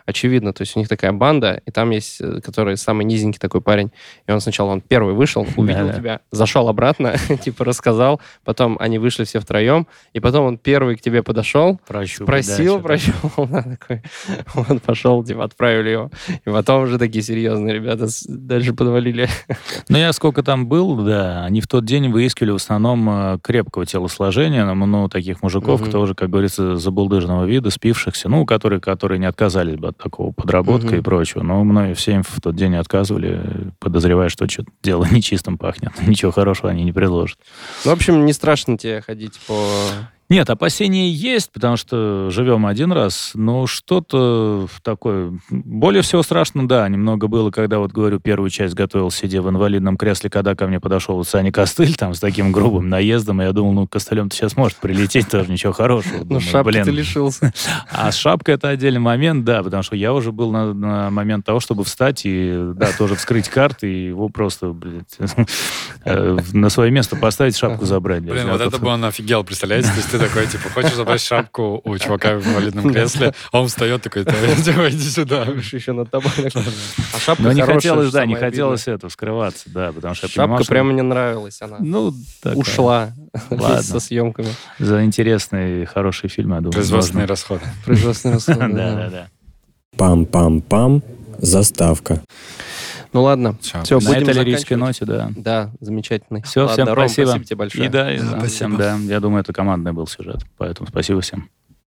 очевидно. То есть у них такая банда, и там есть, который самый низенький такой парень, и он сначала, он первый вышел, увидел тебя, зашел обратно, типа рассказал, потом они вышли все втроем, и потом он первый к тебе подошел, спросил, прощупал, такой, вот пошел, типа отправили его. И потом уже такие серьезные ребята дальше подвалили. Ну, я сколько там был, да, они в тот день выискивали в основном крепкого телосложения, ну, таких мужиков, угу. тоже, как говорится, забулдыжного вида, спившихся, ну, которые, которые не отказались бы от такого подработка угу. и прочего. Но многие всем в тот день отказывали, подозревая, что что-то дело нечистым пахнет. Ничего хорошего они не предложат. Ну, в общем, не страшно тебе ходить по... Нет, опасения есть, потому что живем один раз, но что-то такое... Более всего страшно, да, немного было, когда, вот говорю, первую часть готовил, сидя в инвалидном кресле, когда ко мне подошел Саня Костыль, там, с таким грубым наездом, и я думал, ну, костылем-то сейчас может прилететь тоже, ничего хорошего. Ну, шапки ты лишился. А шапка — это отдельный момент, да, потому что я уже был на, на момент того, чтобы встать и, да, тоже вскрыть карты, и его просто, блядь, на свое место поставить, шапку забрать. Блин, вот это бы он офигел, представляете? Ты такой, типа, хочешь забрать шапку у чувака в инвалидном кресле, а он встает такой, типа, иди сюда. Еще над тобой. А шапка Но не хотелось, да, не хотелось это, вскрываться, да, потому что я понимал, шапка прямо не нравилась, она ушла со съемками. За интересный, хороший фильм, я думаю. Производственные расходы. Производственные расходы, да. Да, да. Пам-пам-пам, заставка. Ну ладно, все, все будем заканчивать. На этой лирической ноте, да. Да, замечательный. Все, ладно, всем Ром, спасибо. Спасибо тебе большое. И да, и да, всем, да. Я думаю, это командный был сюжет, поэтому спасибо всем.